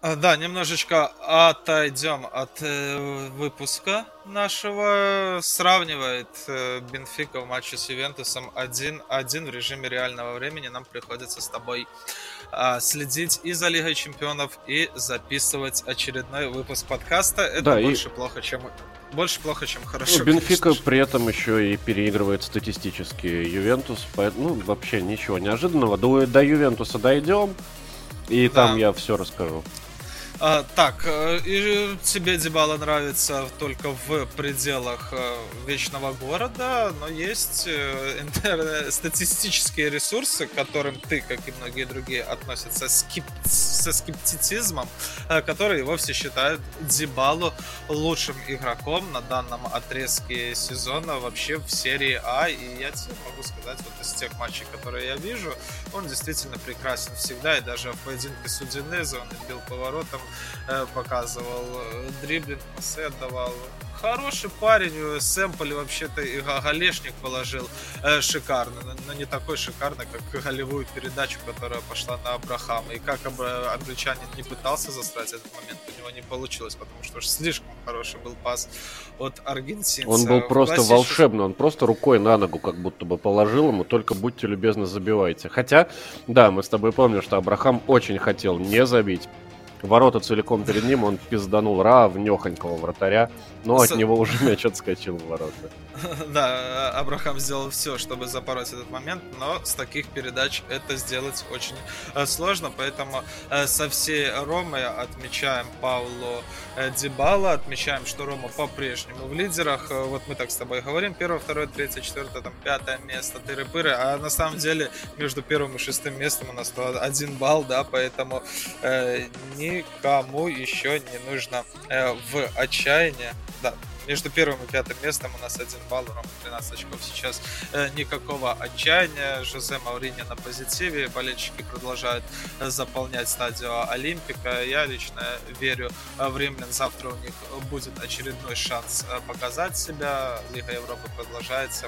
А, Да, немножечко отойдем от э, выпуска нашего. Сравнивает э, Бенфика в матче с Ювентусом один-один в режиме реального времени. Нам приходится с тобой а, следить и за Лигой Чемпионов, и записывать очередной выпуск подкаста. Это Да, и больше плохо, чем больше плохо, чем ну, хорошо. Бенфика конечно же. при этом еще и переигрывает статистически Ювентус, поэтому ну, вообще ничего неожиданного. До, до Ювентуса дойдем, и там Да. я все расскажу. А, так, э, и тебе Дибала нравится только в пределах э, Вечного Города, но есть э, интер- статистические ресурсы, к которым ты, как и многие другие, относятся скеп- со скептицизмом, э, которые вовсе считают Дибалу лучшим игроком на данном отрезке сезона вообще в серии А. И я тебе могу сказать, вот из тех матчей, которые я вижу, он действительно прекрасен всегда, и даже в поединке с Удинезе он бил поворотом, э, показывал э, дриблинг, пасы отдавал. Хороший парень, Сэмполи вообще-то и га- галешник положил э, шикарно, но- но не такой шикарный, как голевую передачу, которая пошла на Абрахама. И как бы англичанин не пытался засрать этот момент, у него не получилось, потому что уж слишком хороший был пас от аргентинца. Он был В просто классическом- волшебный, он просто рукой на ногу как будто бы положил ему, только будьте любезны, забивайте. Хотя, да, мы с тобой помним, что Абрахам очень хотел не забить. Ворота целиком перед ним, он пизданул равнёхонького вратаря, но от С- него уже мяч отскочил в ворота. Да, Абрахам сделал все, чтобы запороть этот момент, но с таких передач это сделать очень э, сложно, поэтому э, со всей Ромой отмечаем Пауло э, Дибала, отмечаем, что Рома по-прежнему в лидерах. Э, Вот мы так с тобой говорим, первое, второе, третье, четвертое, там, пятое место, тыры-пыры, а на самом деле между первым и шестым местом у нас то один балл, да, поэтому э, никому еще не нужно э, в отчаяние, да. Между первым и пятым местом у нас один балл, Рома тринадцать очков сейчас. Э, никакого отчаяния. Жозе Мауриньо на позитиве. Болельщики продолжают э, заполнять стадию Олимпика. Я лично верю э, в римлян. Завтра у них будет очередной шанс э, показать себя. Лига Европы продолжается.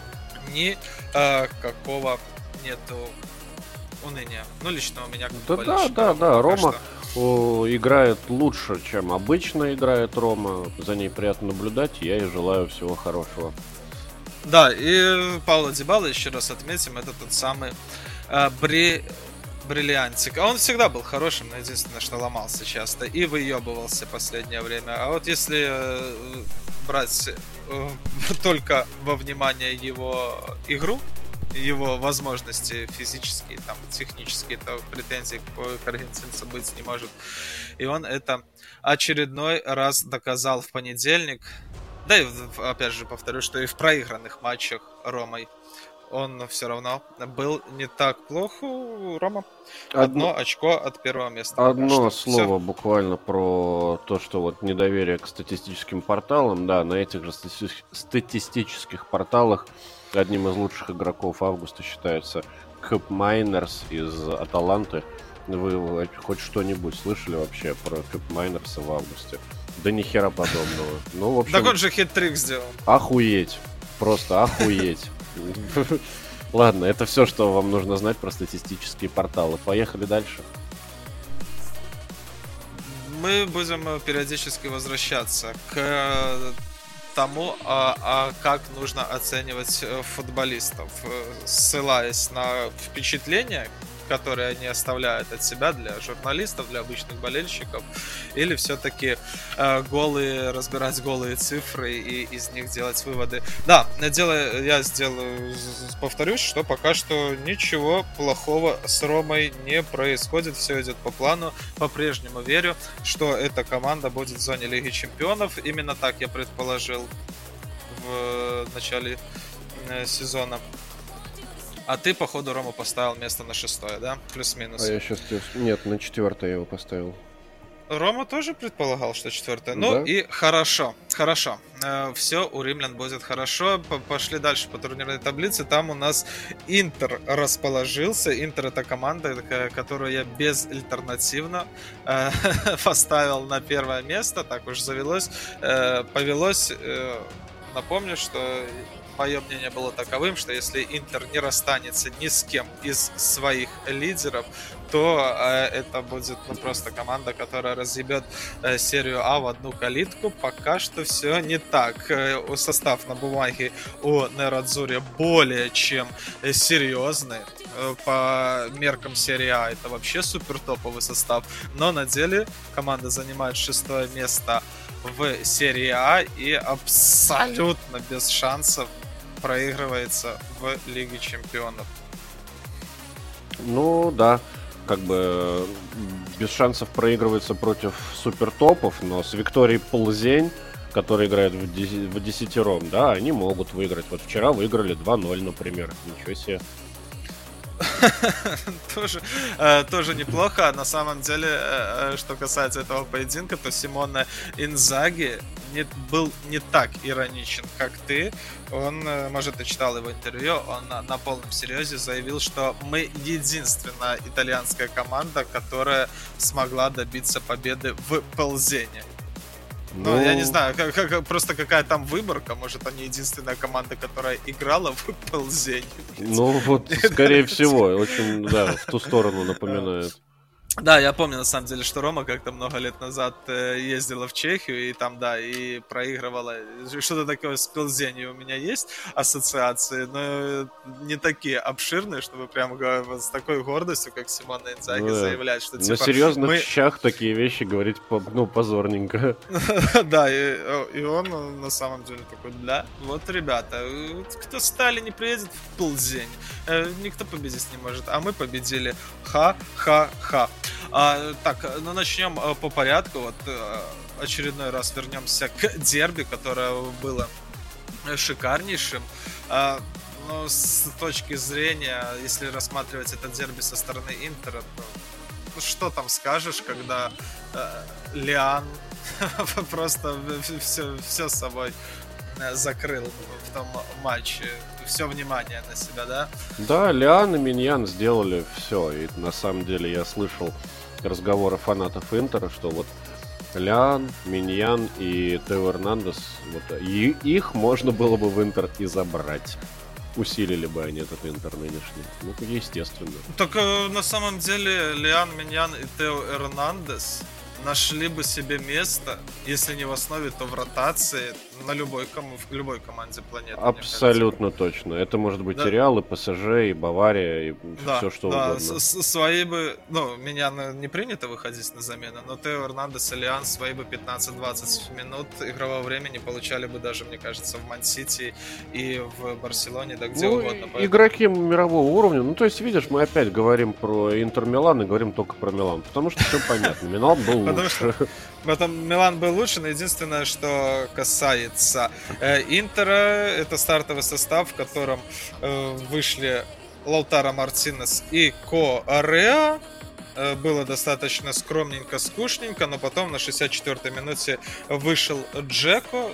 Никакого нету уныния. Ну, лично у меня как Да, болельщика да, да, Ромы да, пока Рома что. о, играет лучше, чем обычно играет Рома. За ней приятно наблюдать, я ей желаю всего хорошего. Да, и Пауло Дибала, еще раз отметим, это тот самый э, бри... бриллиантик. А он всегда был хорошим, но единственное, что ломался часто и выебывался последнее время. А вот если э, брать э, только во внимание его игру, его возможности физические, там, технические, то претензий к аргентинцу быть не может. И он это очередной раз доказал в понедельник. Да и, опять же, повторю, что и в проигранных матчах Ромой он все равно был не так плохо. Рома одно, Одно, очко от первого места. пока одно что. слово буквально про то, что вот недоверие к статистическим порталам. Да, на этих же стати- статистических порталах одним из лучших игроков августа считается Кэп Майнерс из Аталанты. Вы хоть что-нибудь слышали вообще про Кэп Майнерса в августе? Да ни хера подобного. Ну, в общем, Так он же хит-трик сделал. охуеть. Просто охуеть. Ладно, это все, что вам нужно знать про статистические порталы. Поехали дальше. Мы будем периодически возвращаться к тому, а, а как нужно оценивать футболистов, ссылаясь на впечатления, которые они оставляют от себя для журналистов, для обычных болельщиков, или все-таки э, голые, разбирать голые цифры и из них делать выводы. Да, дело, я сделаю, повторюсь, что пока что ничего плохого с Ромой не происходит, все идет по плану, по-прежнему верю, что эта команда будет в зоне Лиги Чемпионов, именно так я предположил в начале э, сезона. А ты, походу, Рому поставил место на шестое, да? Плюс-минус. А я сейчас... Нет, на четвертое я его поставил. Рома тоже предполагал, что четвертое. Да. Ну и хорошо, хорошо. Э, все у римлян будет хорошо. П- Пошли дальше по турнирной таблице. Там у нас Интер расположился. Интер — это команда, к- которую я безальтернативно э, поставил на первое место. Так уж завелось, э, повелось. Э, напомню, что мое мнение было таковым, что если Интер не расстанется ни с кем из своих лидеров, то э, это будет ну, просто команда, которая разъебет э, серию А в одну калитку. Пока что все не так. Э, состав на бумаге у Нерадзури более чем серьезный. Э, по меркам серии А это вообще супер топовый состав. Но на деле команда занимает шестое место в серии А и абсолютно без шансов проигрывается в Лиге Чемпионов. Ну да, как бы без шансов проигрывается против супертопов, но с Викторией Плзень, которые играют в, десять, в десятером, да, они могут выиграть. Вот вчера выиграли два ноль, например. Ничего себе. тоже, э, тоже неплохо. На самом деле, э, что касается этого поединка, то Симоне Инзаги не, был не так ироничен, как ты. Он, э, может, ты читал его интервью, он на, на полном серьезе заявил, что мы единственная итальянская команда, которая смогла добиться победы в Плзене. Ну, ну, я не знаю, как, как, просто какая там выборка. Может, они единственная команда, которая играла в Плзень. Ну, вот, скорее всего, очень, да, в ту сторону напоминает. Да, я помню, на самом деле, что Рома как-то много лет назад э, ездила в Чехию, и там, да, и проигрывала. Что-то такое с Плзенью у меня есть ассоциации, но не такие обширные, чтобы прям с такой гордостью, как Симоне Инзаги, ну, заявлять, что на типа... На серьезных мы... щах такие вещи говорить, ну, позорненько. Да, и он на самом деле такой, да, вот, ребята, кто Стали не приедет в Плзень, никто победить не может, а мы победили. Ха-ха-ха. А, так, ну начнем а, по порядку. Вот а, очередной раз вернемся к дерби, которое было шикарнейшим. А, но с точки зрения, если рассматривать это дерби со стороны Интера, то ну, что там скажешь, когда а, Лиан просто все, все с собой закрыл в том матче, все внимание на себя, да? Да, Лиан и Миньян сделали все. И на самом деле я слышал разговоры фанатов Интера, что вот Лиан, Миньян и Тео Эрнандес, вот, и их можно было бы в Интер и забрать. Усилили бы они этот Интер нынешний. Ну, естественно. Так на самом деле Лиан, Миньян и Тео Эрнандес нашли бы себе место, если не в основе, то в ротации на любой, ком- в любой команде планеты. Абсолютно точно. Это может быть да. и Реал, и ПСЖ, и Бавария, и да, все что да. угодно. С- свои бы, ну, меня не принято выходить на замену, но Тео Эрнандес и Лиан свои бы пятнадцать-двадцать минут игрового времени получали бы даже, мне кажется, в Ман-Сити и в Барселоне, да где ну, угодно. Поэтому... Игроки мирового уровня. Ну, то есть, видишь, мы опять говорим про Интер Милан и говорим только про Милан, потому что все понятно. Милан был лучше. Потому что потом Милан был лучше, но единственное, что касается э, Интера, это стартовый состав, в котором э, вышли Лаутаро Мартинес и Кореа. Э, было достаточно скромненько, скучненько, но потом на шестьдесят четвёртой минуте вышел Джеко,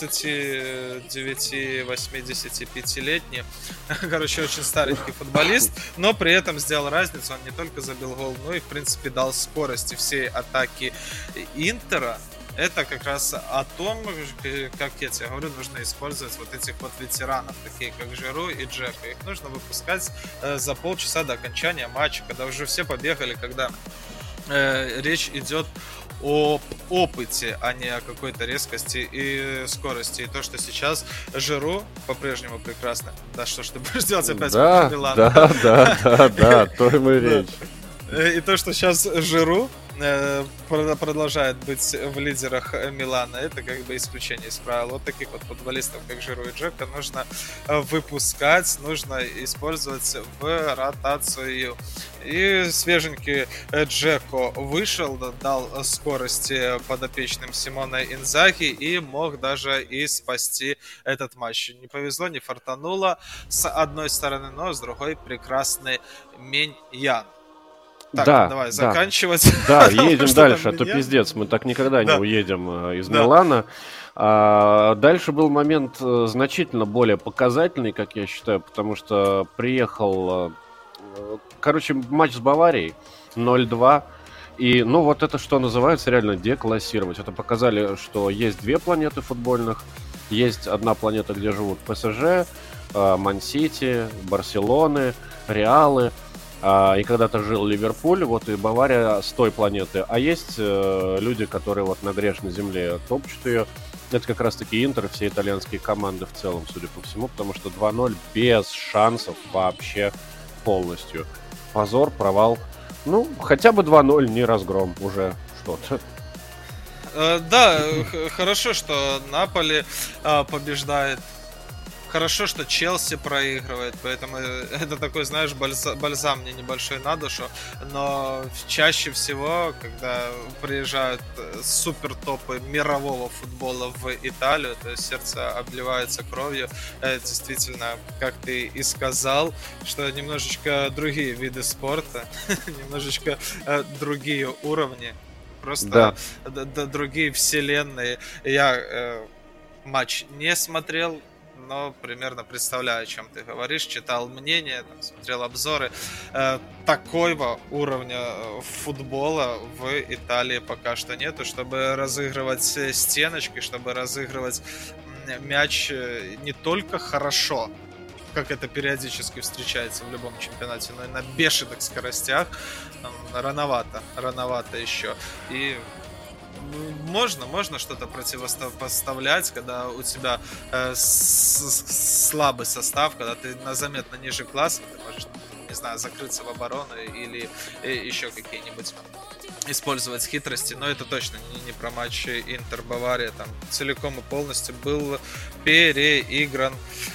тридцатидевяти-восьмидесятипятилетний. Короче, очень старенький футболист, но при этом сделал разницу. Он не только забил гол, но и, в принципе, дал скорости всей атаки Интера. Это как раз о том, как я тебе говорю, нужно использовать вот этих вот ветеранов, такие как Жиру и Джеко. Их нужно выпускать э, за полчаса до окончания матча, когда уже все побегали, когда э, речь идет об опыте, а не о какой-то резкости и скорости. И то, что сейчас Жиру по-прежнему прекрасно. Да что ж ты будешь делать опять да, Милан? Да, да, да, да, то и мы речь. И то, что сейчас Жиру продолжает быть в лидерах Милана, это как бы исключение из правил. Вот таких вот футболистов, как Жиру и Джеко, нужно выпускать, нужно использовать в ротацию. И свеженький Джеко вышел, дал скорости подопечным Симоне Инзаги и мог даже и спасти этот матч. Не повезло, не фартануло с одной стороны, но с другой прекрасный Миньян. Так, да, давай да. заканчивать. Да, едем дальше, а то пиздец, мы так никогда да. не уедем из да. Милана. А, дальше был момент значительно более показательный, как я считаю, потому что приехал, короче, матч с Баварией ноль-два. И, ну, вот это, что называется, реально деклассировать. Это показали, что есть две планеты футбольных. Есть одна планета, где живут ПСЖ, Ман-Сити, Барселоны, Реалы. А, и когда-то жил Ливерпуль, вот и Бавария с той планеты. А есть э, люди, которые вот на грешной земле топчут ее. Это как раз-таки Интер и все итальянские команды в целом, судя по всему, потому что два ноль без шансов вообще полностью. Позор, провал. Ну, хотя бы два ноль, не разгром, уже что-то. Э, да, х- хорошо, что Наполи а, побеждает. Хорошо, что Челси проигрывает, поэтому это такой, знаешь, бальза- бальзам мне небольшой на душу. Но чаще всего, когда приезжают э, супер топы мирового футбола в Италию, то есть сердце обливается кровью. Э, Действительно, как ты и сказал, что немножечко другие виды спорта, немножечко э, другие уровни, просто Да, д- д- другие вселенные. Я э, матч не смотрел, но примерно представляю, о чем ты говоришь, читал мнения, там, смотрел обзоры. Э, такого уровня э, футбола в Италии пока что нету, чтобы разыгрывать э, стеночки, чтобы разыгрывать м, мяч э, не только хорошо, как это периодически встречается в любом чемпионате, но и на бешеных скоростях. Там рановато, рановато еще. И можно, можно что-то противопоставлять, когда у тебя э, с- с- слабый состав, когда ты на заметно ниже класса, ты можешь, не знаю, закрыться в оборону или э, еще какие-нибудь использовать хитрости, но это точно не, не про матч Интер-Бавария, там целиком и полностью был переигран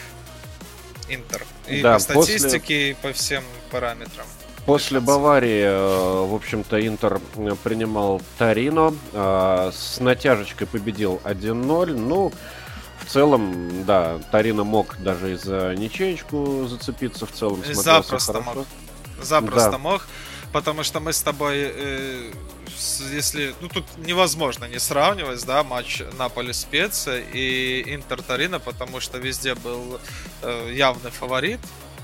Интер. И да, по после... статистике, и по всем параметрам. После Без шансов. Баварии, э, в общем-то, Интер э, принимал Торино, э, с натяжечкой победил один ноль. Ну, в целом, да, Торино мог даже и за ничеечку зацепиться, в целом смотрелся Запросто хорошо. мог. Запросто Да, мог. Потому что мы с тобой, э, с- если, ну тут невозможно не сравнивать, да, матч Наполи-Специя и Интер-Торино, потому что везде был э, явный фаворит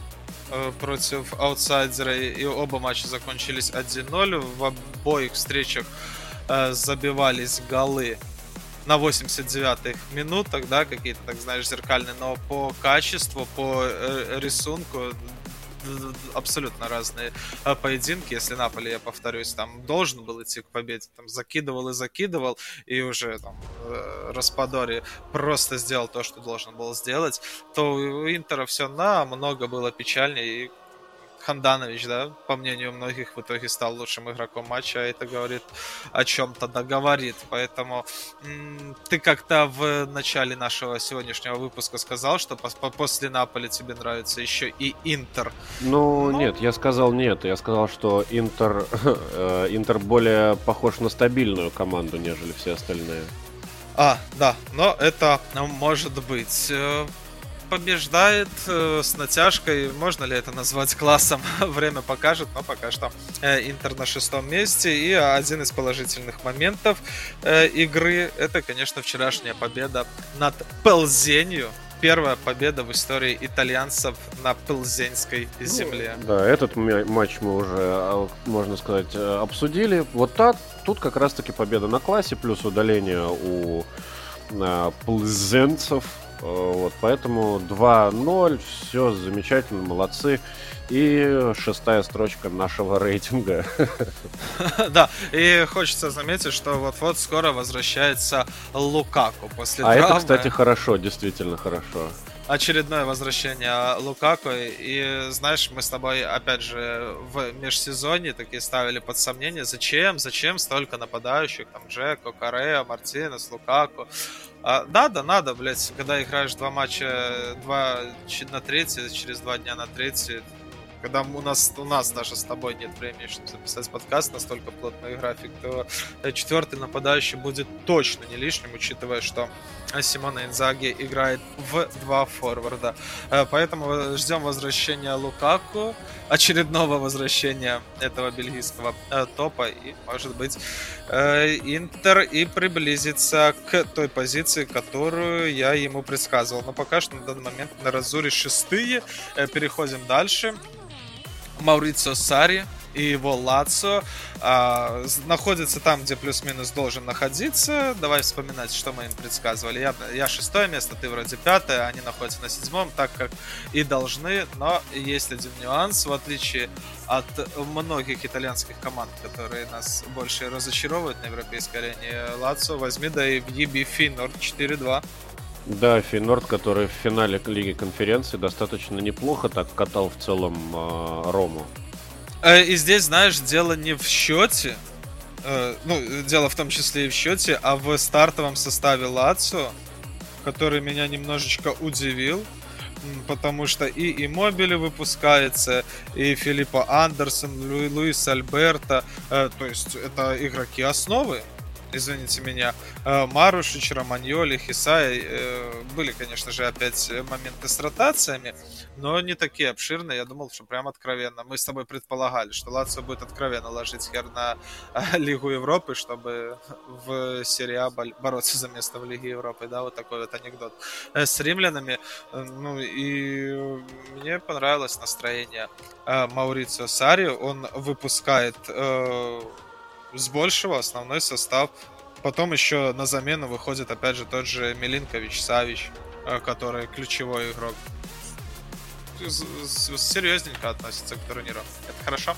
э, против аутсайдера, и оба матча закончились один ноль. В обоих встречах э, забивались голы на восемьдесят девятых минутах, да, какие-то, так знаешь, зеркальные, но по качеству, по э, рисунку д- абсолютно разные э, поединки. Если Наполи, я повторюсь, там должен был идти к победе, там закидывал и закидывал, и уже там э, Распадори просто сделал то, что должен был сделать, то у Интера все намного было печальнее, и Ханданович, да, по мнению многих, в итоге стал лучшим игроком матча, а это говорит о чем-то, да, говорит. Поэтому м, ты как-то в начале нашего сегодняшнего выпуска сказал, что пос- по- после Наполи тебе нравится еще и Интер. ну Ну, нет, я сказал нет, я сказал, что Интер, э, Интер более похож на стабильную команду, нежели все остальные. а, да, но это ну, может быть. Э, Побеждает э, с натяжкой, можно ли это назвать классом, время покажет, но пока что э, Интер на шестом месте. И один из положительных моментов э, игры — это, конечно, вчерашняя победа над Пелзенью. Первая победа в истории итальянцев на пелзенской земле. Ну, да, этот м- матч мы уже, а, можно сказать, э, обсудили. Вот так, тут как раз-таки победа на классе, плюс удаление у а, плзенцев. Э, Вот, поэтому два ноль, все замечательно, молодцы. И шестая строчка нашего рейтинга. Да, и хочется заметить, что вот-вот скоро возвращается Лукаку после А это, травмы. кстати, хорошо, действительно хорошо. Очередное возвращение Лукаку. И знаешь, мы с тобой, опять же, в межсезонье такие ставили под сомнение, зачем, зачем столько нападающих, там, Джеко, Корея, Мартинес, Лукаку. А, надо, надо, блядь, когда играешь два матча, два ч- на третий, через два дня на третий, когда у нас, у нас даже с тобой нет времени, чтобы записать подкаст, настолько плотный график, то э, четвертый нападающий будет точно не лишним, учитывая, что Симона Инзаги играет в два форварда. Э, Поэтому ждем возвращения Лукаку, очередного возвращения этого бельгийского э, топа, и, может быть, э, Интер и приблизится к той позиции, которую я ему предсказывал. Но пока что на данный момент на Разуре шестые. Э, Переходим дальше. Маурицио Сарри и его Лацио а, находится там, где плюс-минус должен находиться. Давай вспоминать, что мы им предсказывали. Я, я шестое место, ты вроде пятое, они находятся на седьмом, так как и должны. Но есть один нюанс, в отличие от многих итальянских команд, которые нас больше разочаровывают на европейской арене, Лацио возьми, да и въеби Фейнорд четыре-два. Да, Фейнорд, который в финале Лиги Конференции достаточно неплохо так катал в целом э, Рому. И здесь, знаешь, дело не в счете, э, ну, дело в том числе и в счете, а в стартовом составе Лацио, который меня немножечко удивил, потому что и Иммобили выпускается, и Филиппо Андерсон, Лу- Луис Альберто, э, то есть это игроки основы. Извините меня, Марушич, Романьоли, Хисай. Были, конечно же, опять моменты с ротациями, но не такие обширные. Я думал, что прям откровенно. Мы с тобой предполагали, что Лацио будет откровенно ложить хер на Лигу Европы, чтобы в серии А бороться за место в Лиге Европы. Да, вот такой вот анекдот с римлянами. Ну и мне понравилось настроение Маурицио Сарри. Он выпускает с большего основной состав. Потом еще на замену выходит опять же тот же Милинкович Савич, который ключевой игрок. Серьезненько относится к турниру. Это хорошо?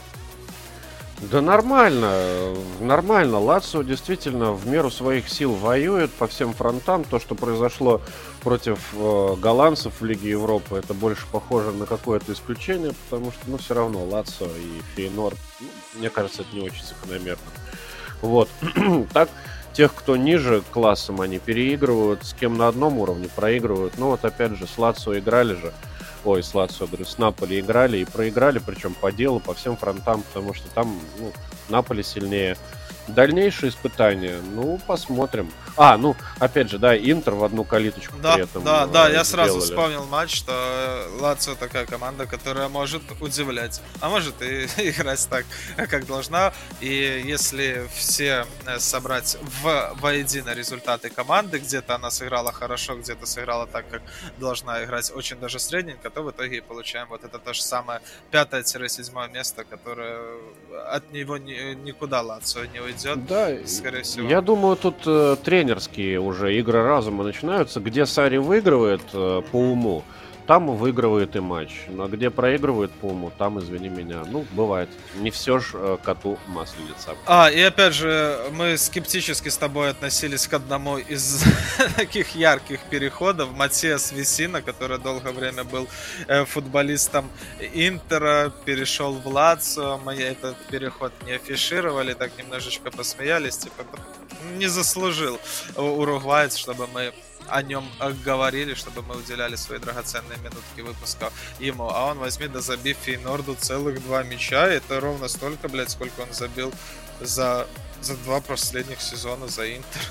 Да нормально, нормально. Лацио действительно в меру своих сил воюет по всем фронтам. То, что произошло против э, голландцев в Лиге Европы, это больше похоже на какое-то исключение, потому что, ну, все равно Лацио и Фейнорд, ну, мне кажется, это не очень закономерно. Вот. Так, тех, кто ниже классом, они переигрывают, с кем на одном уровне проигрывают. Ну, вот опять же, с Лацио играли же. Ой, с Лацио, говорю, с Наполи играли и проиграли, причем по делу, по всем фронтам, потому что там, ну, Наполи сильнее. Дальнейшие испытания, ну, посмотрим. А, ну, опять же, да, Интер в одну калиточку да, при этом Да, да, э, я сразу сделали. вспомнил матч, что Лацио такая команда, которая может удивлять, а может и играть так, как должна. И если все собрать в, воедино результаты команды, где-то она сыграла хорошо, где-то сыграла так, как должна играть, очень даже средненько, то в итоге и получаем вот это то же самое пятое-седьмое место, которое от него ни, никуда Лацио не уйдет. Да, скорее всего. Я думаю, тут э, тренерские уже игры разума начинаются, где Сарри выигрывает э, по уму, там выигрывает и матч. А где проигрывает по уму, там, извини меня, ну, бывает. Не все ж э, коту масленица. А, и опять же, мы скептически с тобой относились к одному из таких ярких переходов. Матиас Весина, который долгое время был э, футболистом Интера, перешел в Лацио. Мы этот переход не афишировали, так немножечко посмеялись. Типа, не заслужил уругваец, чтобы мы о нем говорили, чтобы мы уделяли свои драгоценные минутки выпуска ему. А он возьми да забив Фейнорду целых два мяча. Это ровно столько, блядь, сколько он забил за, за два последних сезона за Интер.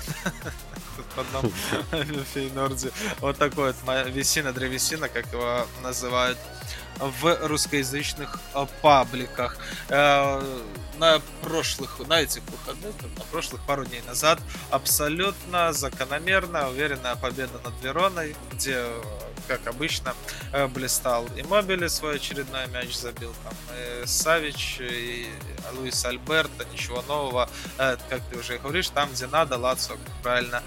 В одном Фейнорде. Вот такой вот Весина Древесина, как его называют в русскоязычных пабликах. На прошлых, на этих выходных, на прошлых пару дней назад абсолютно закономерно уверенная победа над Вероной, где, как обычно, блистал Иммобили, свой очередной мяч забил, там и Савич, и Луис Альберто, ничего нового, как ты уже говоришь, там, где надо, Лацио правильно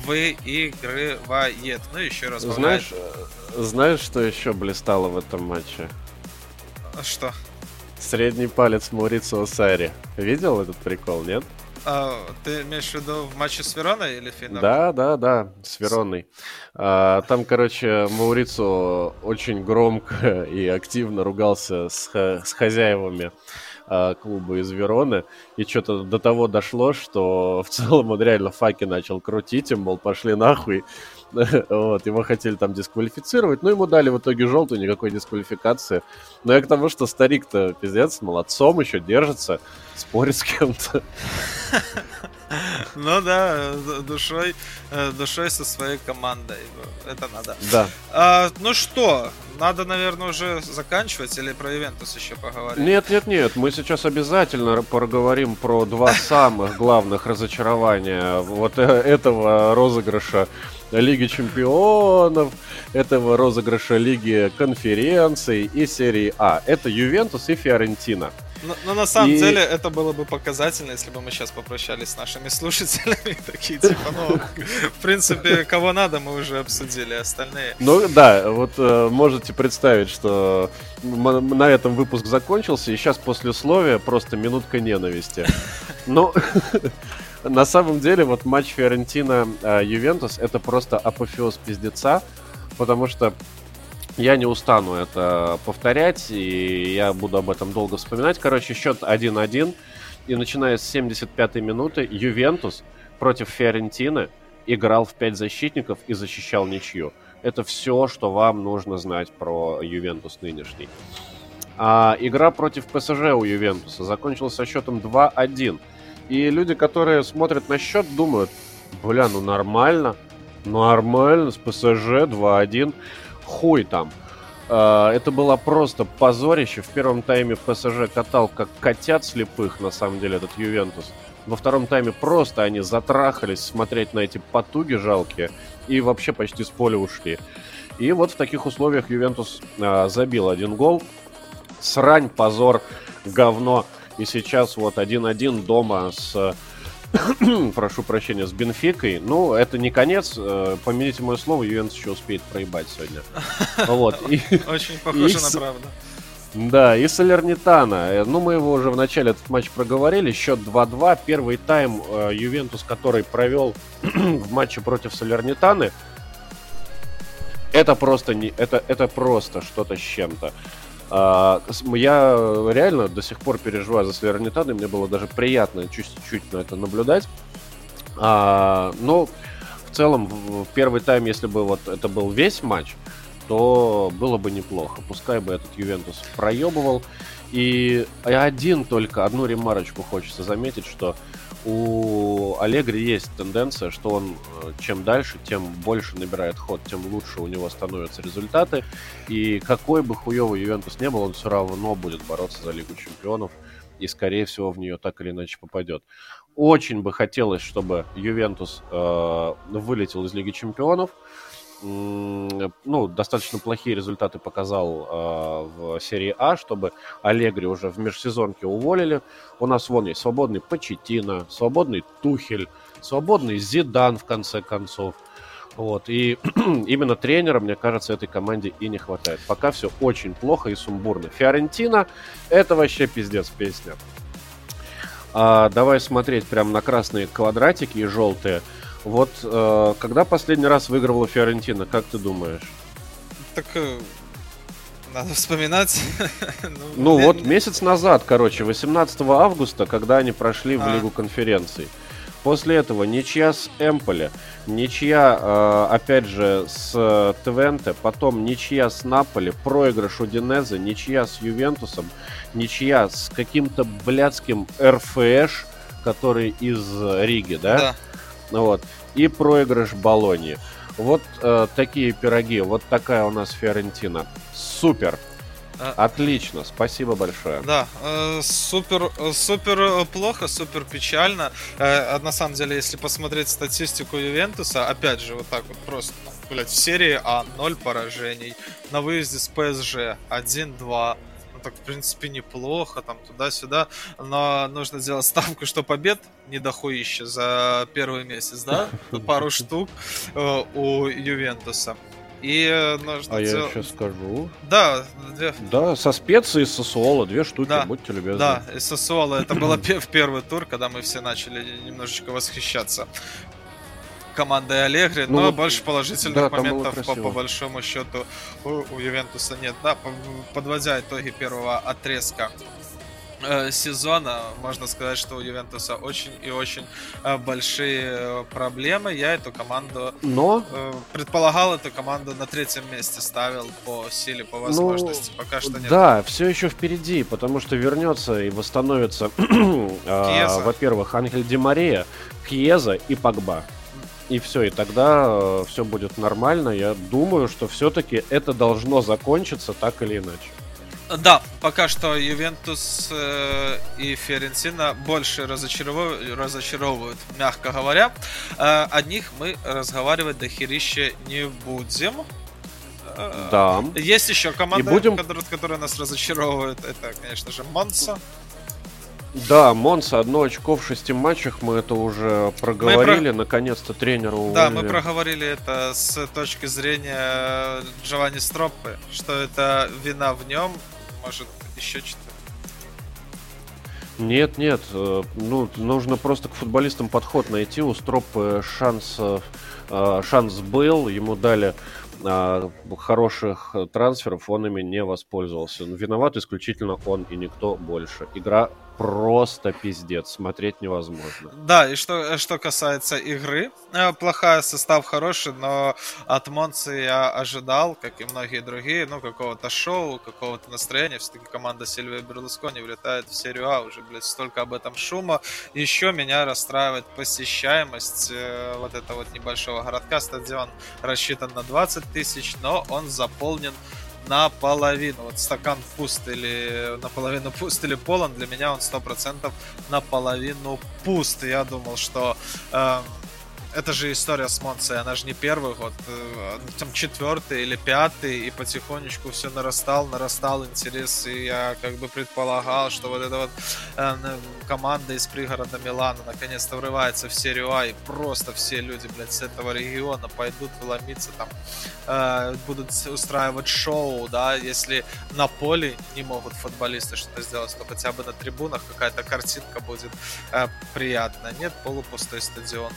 выигрывает. Ну, еще раз знаешь, знаешь, что еще блистало в этом матче? Что? Средний палец Маурицио Сарри. Видел этот прикол, нет? А, ты имеешь в виду в матче с Вероной или Фейнордом? Да, да, да, с Вероной. А, там, короче, Маурицио очень громко и активно ругался с, с хозяевами а, клуба из Вероны. И что-то до того дошло, что в целом он реально факи начал крутить, им, мол, пошли нахуй. Вот, его хотели там дисквалифицировать, но ему дали в итоге желтую, никакой дисквалификации. Но я к тому, что старик-то, пиздец, молодцом еще держится, спорит с кем-то. Ну да, душой, душой со своей командой. Это надо. Да. А, ну что, надо, наверное, уже заканчивать или про Ювентус еще поговорить? Нет, нет, нет, мы сейчас обязательно поговорим про два самых главных разочарования вот этого розыгрыша Лиги Чемпионов, этого розыгрыша Лиги Конференций и серии А. Это Ювентус и Фиорентина. Но, но на самом И- деле это было бы показательно, если бы мы сейчас попрощались с нашими слушателями. Такие типа, ну, в принципе, кого надо, мы уже обсудили, остальные. Ну да, вот э, можете представить, что м- на этом выпуск закончился, и сейчас послесловие просто минутка ненависти. Ну, на самом деле, вот матч Фиорентина-Ювентус это просто апофеоз пиздеца, потому что я не устану это повторять, и я буду об этом долго вспоминать. Короче, счет один-один, и начиная с семьдесят пятой минуты Ювентус против Фиорентины играл в пять защитников и защищал ничью. Это все, что вам нужно знать про Ювентус нынешний. А игра против ПСЖ у Ювентуса закончилась со счетом два-один. И люди, которые смотрят на счет, думают, бля, ну нормально, нормально, с ПСЖ два-один, хуй там. А, это было просто позорище. В первом тайме ПСЖ катал как котят слепых, на самом деле, этот Ювентус. Во втором тайме просто они затрахались смотреть на эти потуги жалкие и вообще почти с поля ушли. И вот в таких условиях Ювентус а, забил один гол. Срань, позор, говно. И сейчас вот один-один дома с, прошу прощения, с Бенфикой. Ну, это не конец. Помяните мое слово, Ювентус еще успеет проебать сегодня. Вот. И, Очень похоже и на с- правду. Да, и Салернитана. Э, Ну, мы его уже в начале этот матч проговорили. Счет два-два. Первый тайм э, Ювентус, который провел в матче против Салернитаны, это просто не, это, это просто что-то с чем-то. А, с- я реально до сих пор переживаю за Салернитану, и мне было даже приятно чуть-чуть на это наблюдать. А, но в целом в в первый тайм, если бы вот это был весь матч, то было бы неплохо. Пускай бы этот Ювентус проебывал. И один только, одну ремарочку хочется заметить, что у Аллегри есть тенденция, что он э, чем дальше, тем больше набирает ход, тем лучше у него становятся результаты. И какой бы хуёвый Ювентус не был, он все равно будет бороться за Лигу Чемпионов и, скорее всего, в нее так или иначе попадет. Очень бы хотелось, чтобы Ювентус э, вылетел из Лиги Чемпионов. М, Ну, достаточно плохие результаты показал э, в серии А, чтобы Аллегри уже в межсезонке уволили. У нас вон есть свободный Почеттино, свободный Тухель, свободный Зидан, в конце концов. Вот. И именно тренера, мне кажется, этой команде и не хватает. Пока все очень плохо и сумбурно. Фиорентина — это вообще пиздец песня. А, давай смотреть прямо на красные квадратики и желтые. Вот э, когда последний раз выигрывала Фиорентина, как ты думаешь? Так э, надо вспоминать. Ну мне- вот месяц назад, короче, восемнадцатого августа, когда они прошли в А. Лигу конференций. После этого ничья с Эмполи, ничья, э, опять же, с э, Твенте, потом ничья с Наполи, проигрыш Удинезе, ничья с Ювентусом, ничья с каким-то блядским РФШ, который из э, Риги, да? Да. Вот. И проигрыш Болоньи. Вот э, такие пироги. Вот такая у нас Фиорентина. Супер. А. Отлично. Спасибо большое. Да, э, супер, э, супер э, плохо, супер печально. Э, а на самом деле, если посмотреть статистику Ювентуса, опять же, вот так вот просто, блядь, в серии А ноль поражений, на выезде с ПСЖ один-два. Ну так, в принципе, неплохо, там туда-сюда, но нужно сделать ставку, что побед не дохуище за первый месяц, да? Пару штук э, у Ювентуса. И э, нужно А я сделать... сейчас скажу. Да, две- Да, со специей Сосуола две штуки, Да, будьте любезны. Да, и Сассуоло, это было пе- в первый тур, когда мы все начали немножечко восхищаться командой Аллегри, Ну но вот, больше положительных да, там было моментов по, красиво. по большому счету у, у Ювентуса нет. Да, по- подводя итоги первого отрезка э, сезона, можно сказать, что у Ювентуса очень и очень э, большие э, проблемы. Я эту команду Но, э, предполагал, эту команду на третьем месте ставил по силе, по возможности. Пока что нет. да, все еще впереди, потому что вернется и восстановится, а, Кьеза. во-первых, Анхель Ди Мария, Кьеза и Погба. И все, и тогда все будет нормально. Я думаю, что все-таки это должно закончиться так или иначе. Да, пока что Ювентус э, и Фиорентина больше разочаровывают, разочаровывают, мягко говоря. Э, о них мы разговаривать до херища не будем. Э, Да. Есть еще команда, И будем- которая, которая нас разочаровывает. Это, конечно же, Монца. Да, Монса, одно очко в шести матчах, мы это уже проговорили, про... наконец-то тренера уволили. Да, мы проговорили это с точки зрения Джованни Строппы, что это вина в нем, может, еще что-то. Нет, нет, ну, нужно просто к футболистам подход найти, у Строппы шанс, шанс был, ему дали хороших трансферов, он ими не воспользовался. Виноват исключительно он и никто больше. Игра просто пиздец, смотреть невозможно. Да, и что, что касается игры, плохая, состав хороший, но от Монцы я ожидал, как и многие другие, ну, какого-то шоу, какого-то настроения. Все-таки команда Сильвио Берлускони влетает в серию А, уже, блядь, столько об этом шума. Еще меня расстраивает посещаемость э, вот этого вот небольшого городка. Стадион рассчитан на двадцать тысяч, но он заполнен наполовину. Вот стакан пуст или наполовину пуст или полон, для меня он сто процентов наполовину пуст. Я думал, что э, это же история с Монцей, она же не первый год, э, там четвертый или пятый, и потихонечку все нарастал, нарастал интерес, и я как бы предполагал, что вот эта вот э, команда из пригорода Милана наконец-то врывается в серию А, и просто все люди, блядь, с этого региона пойдут вломиться там, э, будут устраивать шоу, да, если на поле не могут футболисты что-то сделать, то хотя бы на трибунах какая-то картинка будет э, приятная. Нет, полупустой стадион.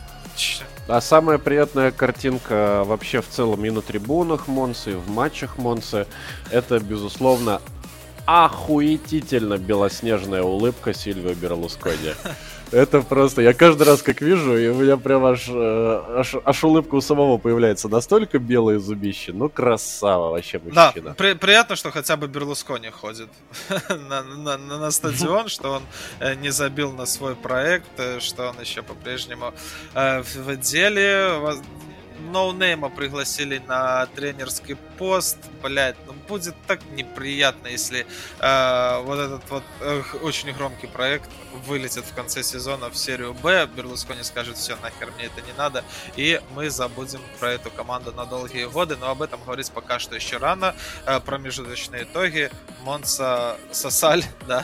А самая приятная картинка вообще в целом и на трибунах Монсы, и в матчах Монсы, это, безусловно, охуетительно белоснежная улыбка Сильвио Берлускони. Это просто, я каждый раз как вижу, и у меня прям аж, аж, аж улыбка у самого появляется. Настолько белые зубища, ну красава вообще мужчина. Да, при, приятно, что хотя бы Берлускони ходит на, на, на стадион, что он не забил на свой проект, что он еще по-прежнему в деле. Ноунейма пригласили на тренерский пост. Блять, ну будет так неприятно, если э, вот этот вот э, очень громкий проект вылетит в конце сезона в серию Б. Берлускони скажет: все, нахер мне это не надо, и мы забудем про эту команду на долгие годы. Но об этом говорить пока что еще рано. Э, промежуточные итоги: Монса Сосаль, да.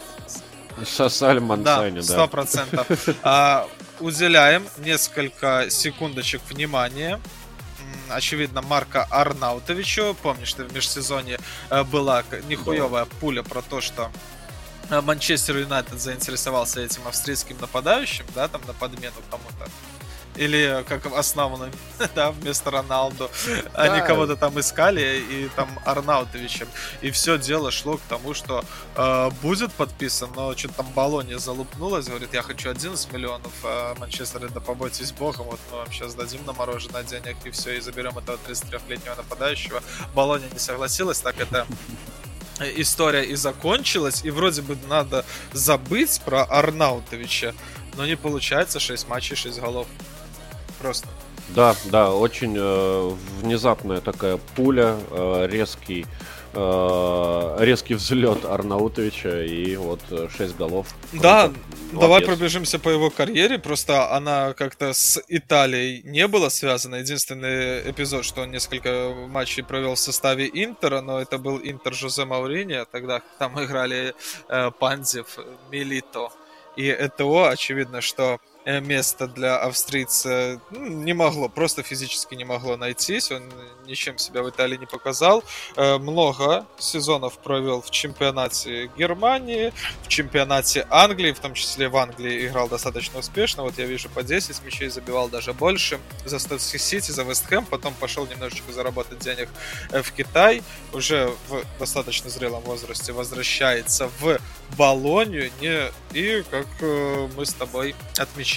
Сосаль Монсани, да. Сто процентов. Уделяем несколько секундочек внимания, очевидно, Марко Арнаутовичу. Помнишь, что в межсезонье была нихуевая пуля про то, что Манчестер Юнайтед заинтересовался этим австрийским нападающим, да, там на подмену кому-то. Или как основным, да, вместо Роналду. Да. Они кого-то там искали, и там Арнаутовичем. И все дело шло к тому, что э, будет подписан, но что-то там Болонья залупнулась, говорит: я хочу одиннадцать миллионов, а Манчестер: да побойтесь богом, вот мы вам сейчас дадим на мороженое денег, и все, и заберем этого тридцатитрёхлетнего нападающего. Болонья не согласилась, так это история и закончилась, и вроде бы надо забыть про Арнаутовича, но не получается. Шесть матчей, шесть голов. Просто. Да, да, очень э, внезапная такая пуля, э, резкий, э, резкий взлет Арнаутовича, и вот шесть голов. Да, молодец. Давай пробежимся по его карьере. Просто она как-то с Италией не была связана. Единственный эпизод, что он несколько матчей провел в составе Интера, но это был Интер Жозе Мауриньо. Тогда там играли э, Пандзев, Милито и ЭТО. Очевидно, что место для австрийца не могло, просто физически не могло найтись. Он ничем себя в Италии не показал. Много сезонов провел в чемпионате Германии, в чемпионате Англии, в том числе в Англии играл достаточно успешно. Вот я вижу, по десять мячей забивал, даже больше. За Стокси Сити, за Вест Хэм. Потом пошел немножечко заработать денег в Китай. Уже в достаточно зрелом возрасте возвращается в Болонью. И, как мы с тобой отмечаем,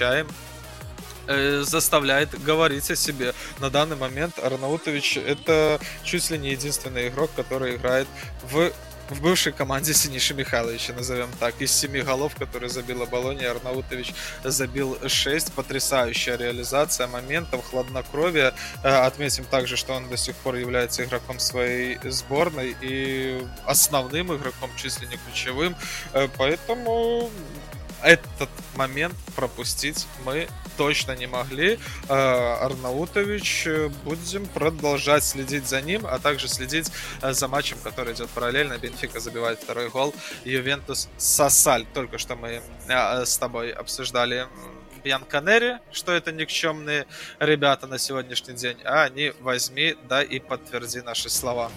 заставляет говорить о себе. На данный момент Арнаутович — это чуть ли не единственный игрок, который играет в, в бывшей команде Синиша Михайловича, назовем так. Из семи голов, которые забила Болонья, Арнаутович забил шесть. Потрясающая реализация моментов, хладнокровие. Отметим также, что он до сих пор является игроком своей сборной и основным игроком, чуть ли не ключевым. Поэтому этот момент пропустить мы точно не могли. Арнаутович, будем продолжать следить за ним, а также следить за матчем, который идет параллельно. Бенфика забивает второй гол, Ювентус Сассаль. Только что мы с тобой обсуждали Бьянконери, что это никчемные ребята на сегодняшний день, а они возьми, да и подтверди наши слова.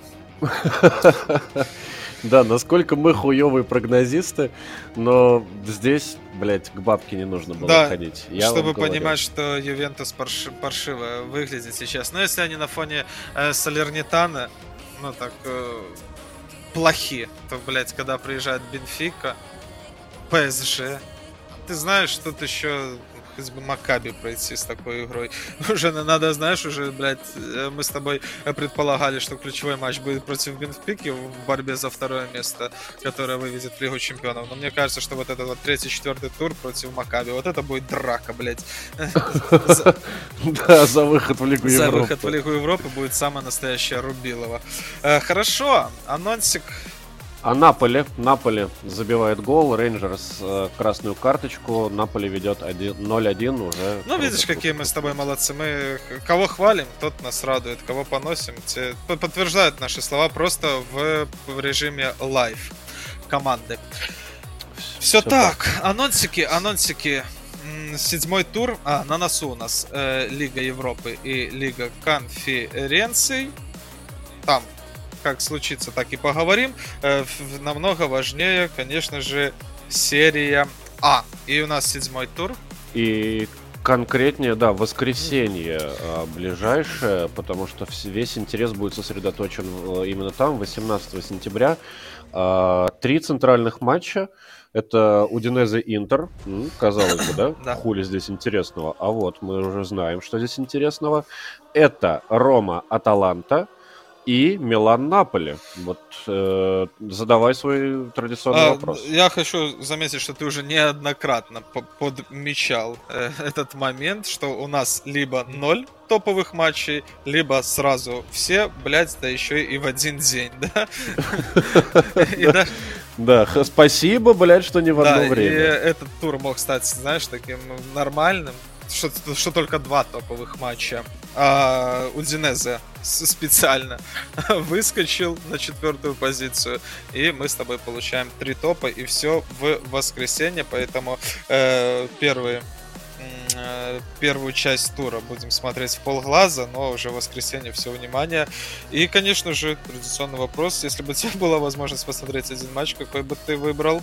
Да, насколько мы хуёвые прогнозисты, но здесь, блядь, к бабке не нужно было да, ходить. Я чтобы понимать, что Ювентус парши- паршиво выглядит сейчас. Но если они на фоне э, Салернитана, ну так, э, плохи, то, блядь, когда приезжает Бенфика, ПСЖ, ты знаешь, тут еще хоть бы Макаби пройти с такой игрой. Уже надо, знаешь, уже, блядь, мы с тобой предполагали, что ключевой матч будет против Бенфики в борьбе за второе место, которое выведет в Лигу Чемпионов. Но мне кажется, что вот этот вот третий-четвертый тур против Макаби, вот это будет драка, блядь. Да, за выход в Лигу Европы. За выход в Лигу Европы будет самая настоящая Рубилова. Хорошо, анонсик. А Наполи, Наполи забивает гол, Рейнджерс э, красную карточку, Наполи ведет ноль один уже. Ну, видишь, какие мы с тобой молодцы. Мы кого хвалим, тот нас радует, кого поносим, те подтверждают наши слова просто в, в режиме лайв команды. Все, Все так. так, анонсики, анонсики. Седьмой тур, а, на носу у нас э, Лига Европы и Лига Конференций. Там как случится, так и поговорим. Э, намного важнее, конечно же, серия А. И у нас седьмой тур. И конкретнее, да, воскресенье а, ближайшее, потому что весь интерес будет сосредоточен именно там, восемнадцатого сентября. А, три центральных матча. Это Удинезе Интер. Ну, казалось бы, да? да? Хули здесь интересного. А вот мы уже знаем, что здесь интересного. Это Рома Аталанта и Милан-Наполи. Вот э, задавай свой традиционный а, вопрос. Я хочу заметить, что ты уже неоднократно подмечал э, этот момент, что у нас либо ноль топовых матчей, либо сразу все, блядь, да еще и в один день, да? Да, спасибо, блядь, что не в одно время. И этот тур мог стать, знаешь, таким нормальным. Что, что только два топовых матча. А Удинезе специально выскочил на четвертую позицию. И мы с тобой получаем три топа. И все в воскресенье. Поэтому э, первые, э, первую часть тура будем смотреть в полглаза. Но уже в воскресенье все внимание. И, конечно же, традиционный вопрос. Если бы у тебя была возможность посмотреть один матч, какой бы ты выбрал?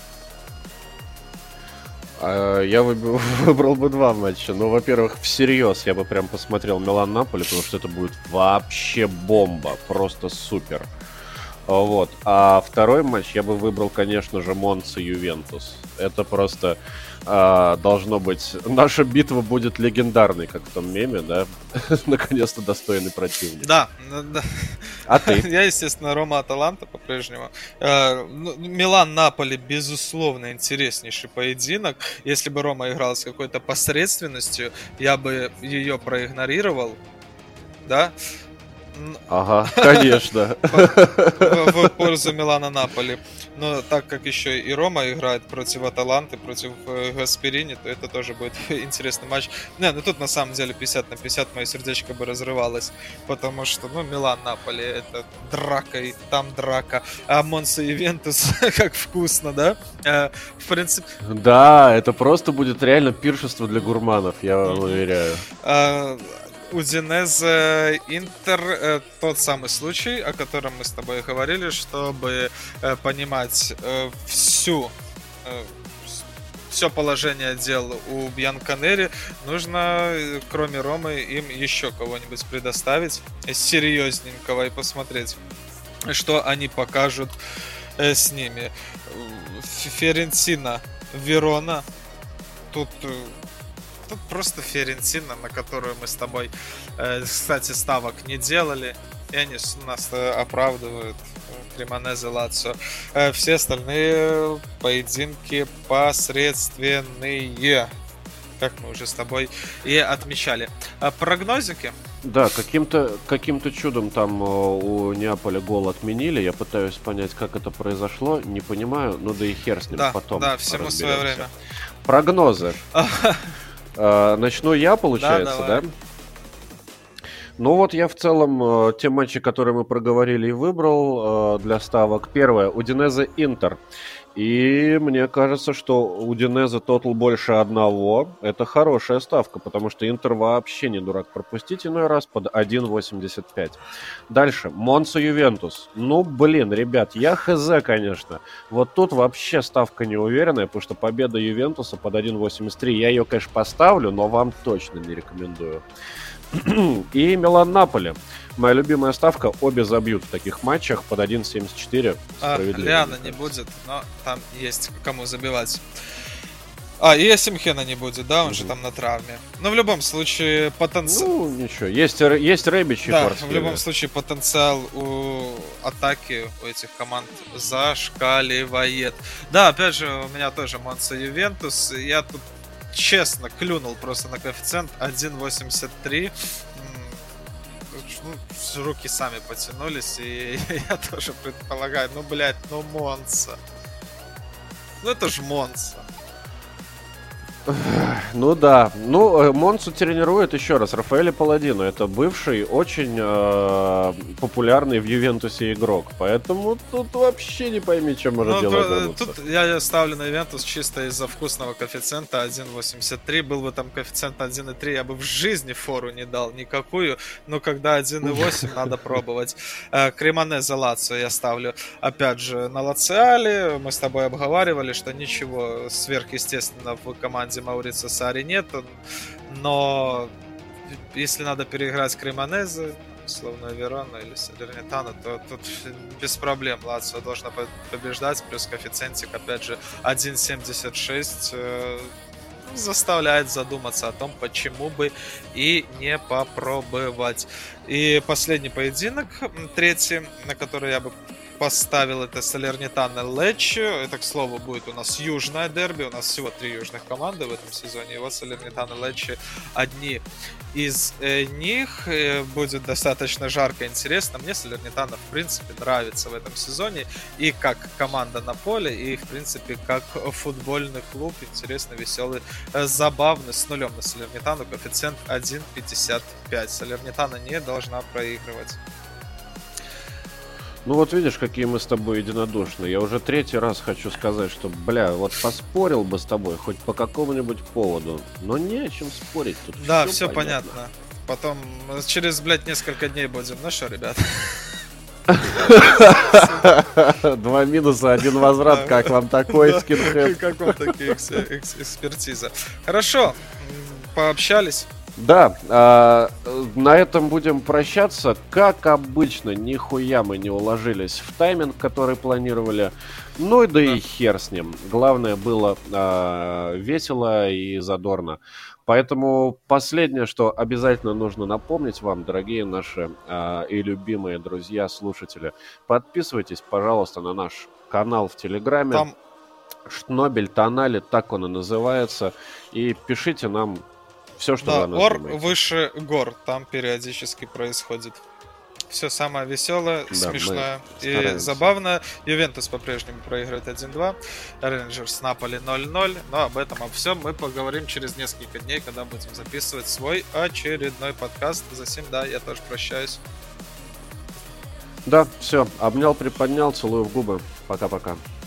Я выбрал бы два матча. Ну, во-первых, всерьез я бы прям посмотрел Милан-Наполи, потому что это будет вообще бомба. Просто супер. Вот. А второй матч я бы выбрал, конечно же, Монца-Ювентус. Это просто а, должно быть... Наша битва будет легендарной, как в том меме, да? Наконец-то достойный противник. Да, да. А ты? Я, естественно, Рома Аталанта по-прежнему. Милан-Наполи, безусловно, интереснейший поединок. Если бы Рома играл с какой-то посредственностью, я бы ее проигнорировал. Да? Ага, конечно. В пользу Милана-Наполи. Но так как еще и Рома играет против Аталанты, против Гасперини, то это тоже будет интересный матч. Не, ну тут на самом деле пятьдесят на пятьдесят мое сердечко бы разрывалось. Потому что, ну, Милан-Наполи это драка, и там драка. А Монса-Ювентус, как вкусно, да? В принципе... Да, это просто будет реально пиршество для гурманов, я вам уверяю. Удинезе Интер э, тот самый случай, о котором мы с тобой говорили, чтобы э, понимать э, всю э, все положение дел у Бьянконери, нужно, кроме Ромы, им еще кого-нибудь предоставить серьезненького и посмотреть, что они покажут э, с ними. Фиорентина, Верона, тут... Тут просто Фиорентина, на которую мы с тобой, э, кстати, ставок не делали. И они нас оправдывают. Кремонезе, Лацио. Э, все остальные поединки посредственные. Как мы уже с тобой и отмечали. А прогнозики? Да, каким-то каким-то чудом там э, у Неаполя гол отменили. Я пытаюсь понять, как это произошло. Не понимаю, ну да и хер с ним, Да, потом да, всему свое разберемся. время. Прогнозы. Э, Начну я, Да, получается, давай. да? Ну вот я в целом э, те матчи, которые мы проговорили, и выбрал э, для ставок. Первое, Удинезе Интер. И мне кажется, что Удинезе тотал больше одного. Это хорошая ставка, потому что Интер вообще не дурак пропустить иной раз под один восемьдесят пять. Дальше, Монца Ювентус. Ну, блин, ребят, я хз, конечно. Вот тут вообще ставка неуверенная, потому что победа Ювентуса под один восемьдесят три. Я ее, конечно, поставлю, но вам точно не рекомендую. И Милан-Наполи. Моя любимая ставка. Обе забьют в таких матчах под один семьдесят четыре. А, Справедливо, Лиана мне не кажется. будет, но там есть кому забивать. А, и Асимхена не будет, да, он же Мгм. там на травме. Но в любом случае потенциал... Ну, ничего. Есть, Р- есть Ребич и Да, Кварцхелия. в любом случае потенциал у атаки у этих команд зашкаливает. Да, опять же, у меня тоже Монца Ювентус. Я тут честно клюнул просто на коэффициент один восемьдесят три. Ну, руки сами потянулись, и я тоже предполагаю, ну, блядь, ну, Монца. Ну, это ж Монца. Ну да. Ну, э, Монцу тренирует еще раз Рафаэле Паладино. Это бывший, очень э, популярный в Ювентусе игрок. Поэтому тут вообще не пойми, чем может Ну, дело про- обернуться. тут я ставлю на Ювентус чисто из-за вкусного коэффициента один восемьдесят три. Был бы там коэффициент один и три, я бы в жизни фору не дал никакую. Но когда один и восемь, надо пробовать. Э, Кремонезе Лацио я ставлю, опять же, на Лациале. Мы с тобой обговаривали, что ничего сверхъестественного в команде Маурицио Сарри нет. Но если надо переиграть Кремонезе, условно Верону или Салернитану, то тут без проблем Лацио должна по- побеждать, плюс коэффициентик, опять же, один семьдесят шесть э, заставляет задуматься о том, почему бы и не попробовать. И последний поединок, м, третий, на который я бы поставил, это Салернитана Леччо. Это, к слову, будет у нас южное дерби. У нас всего три южных команды в этом сезоне. И вот Салернитана Леччо одни из э, них. Э, будет достаточно жарко и интересно. Мне Салернитана, в принципе, нравится в этом сезоне. И как команда на поле, и, в принципе, как футбольный клуб. Интересный, веселый, э, забавный. С нулем на Салернитану. Коэффициент один пятьдесят пять. Салернитана не должна проигрывать. Ну вот видишь, какие мы с тобой единодушны. Я уже третий раз хочу сказать, что, бля, вот поспорил бы с тобой хоть по какому-нибудь поводу. Но не о чем спорить тут. Да, всё все понятно. Потом э, через, блядь, несколько дней будем. Ну что, ребят? Два минуса, один возврат. Да. Как вам такой Да, скинхед? Как вам такие экс- экс- экспертиза? Хорошо, м, пообщались. Да, а, на этом будем прощаться. Как обычно, нихуя мы не уложились в тайминг, который планировали. Ну и да и хер с ним. Главное было а, весело и задорно. Поэтому последнее, что обязательно нужно напомнить вам, дорогие наши а, и любимые друзья, слушатели, подписывайтесь, пожалуйста, на наш канал в Телеграме. Там Шнобель Тонали, так он и называется. И пишите нам все, что да, вы о нас ор думаете. выше гор, там периодически происходит. Все самое веселое, Да, смешное мы и стараемся. забавное. Ювентус по-прежнему проигрывает один-два. Рейнджерс Наполи ноль-ноль. Но об этом, обо всем мы поговорим через несколько дней, когда будем записывать свой очередной подкаст. Затем, да, я тоже прощаюсь. Да, все, обнял, приподнял, целую в губы. Пока-пока.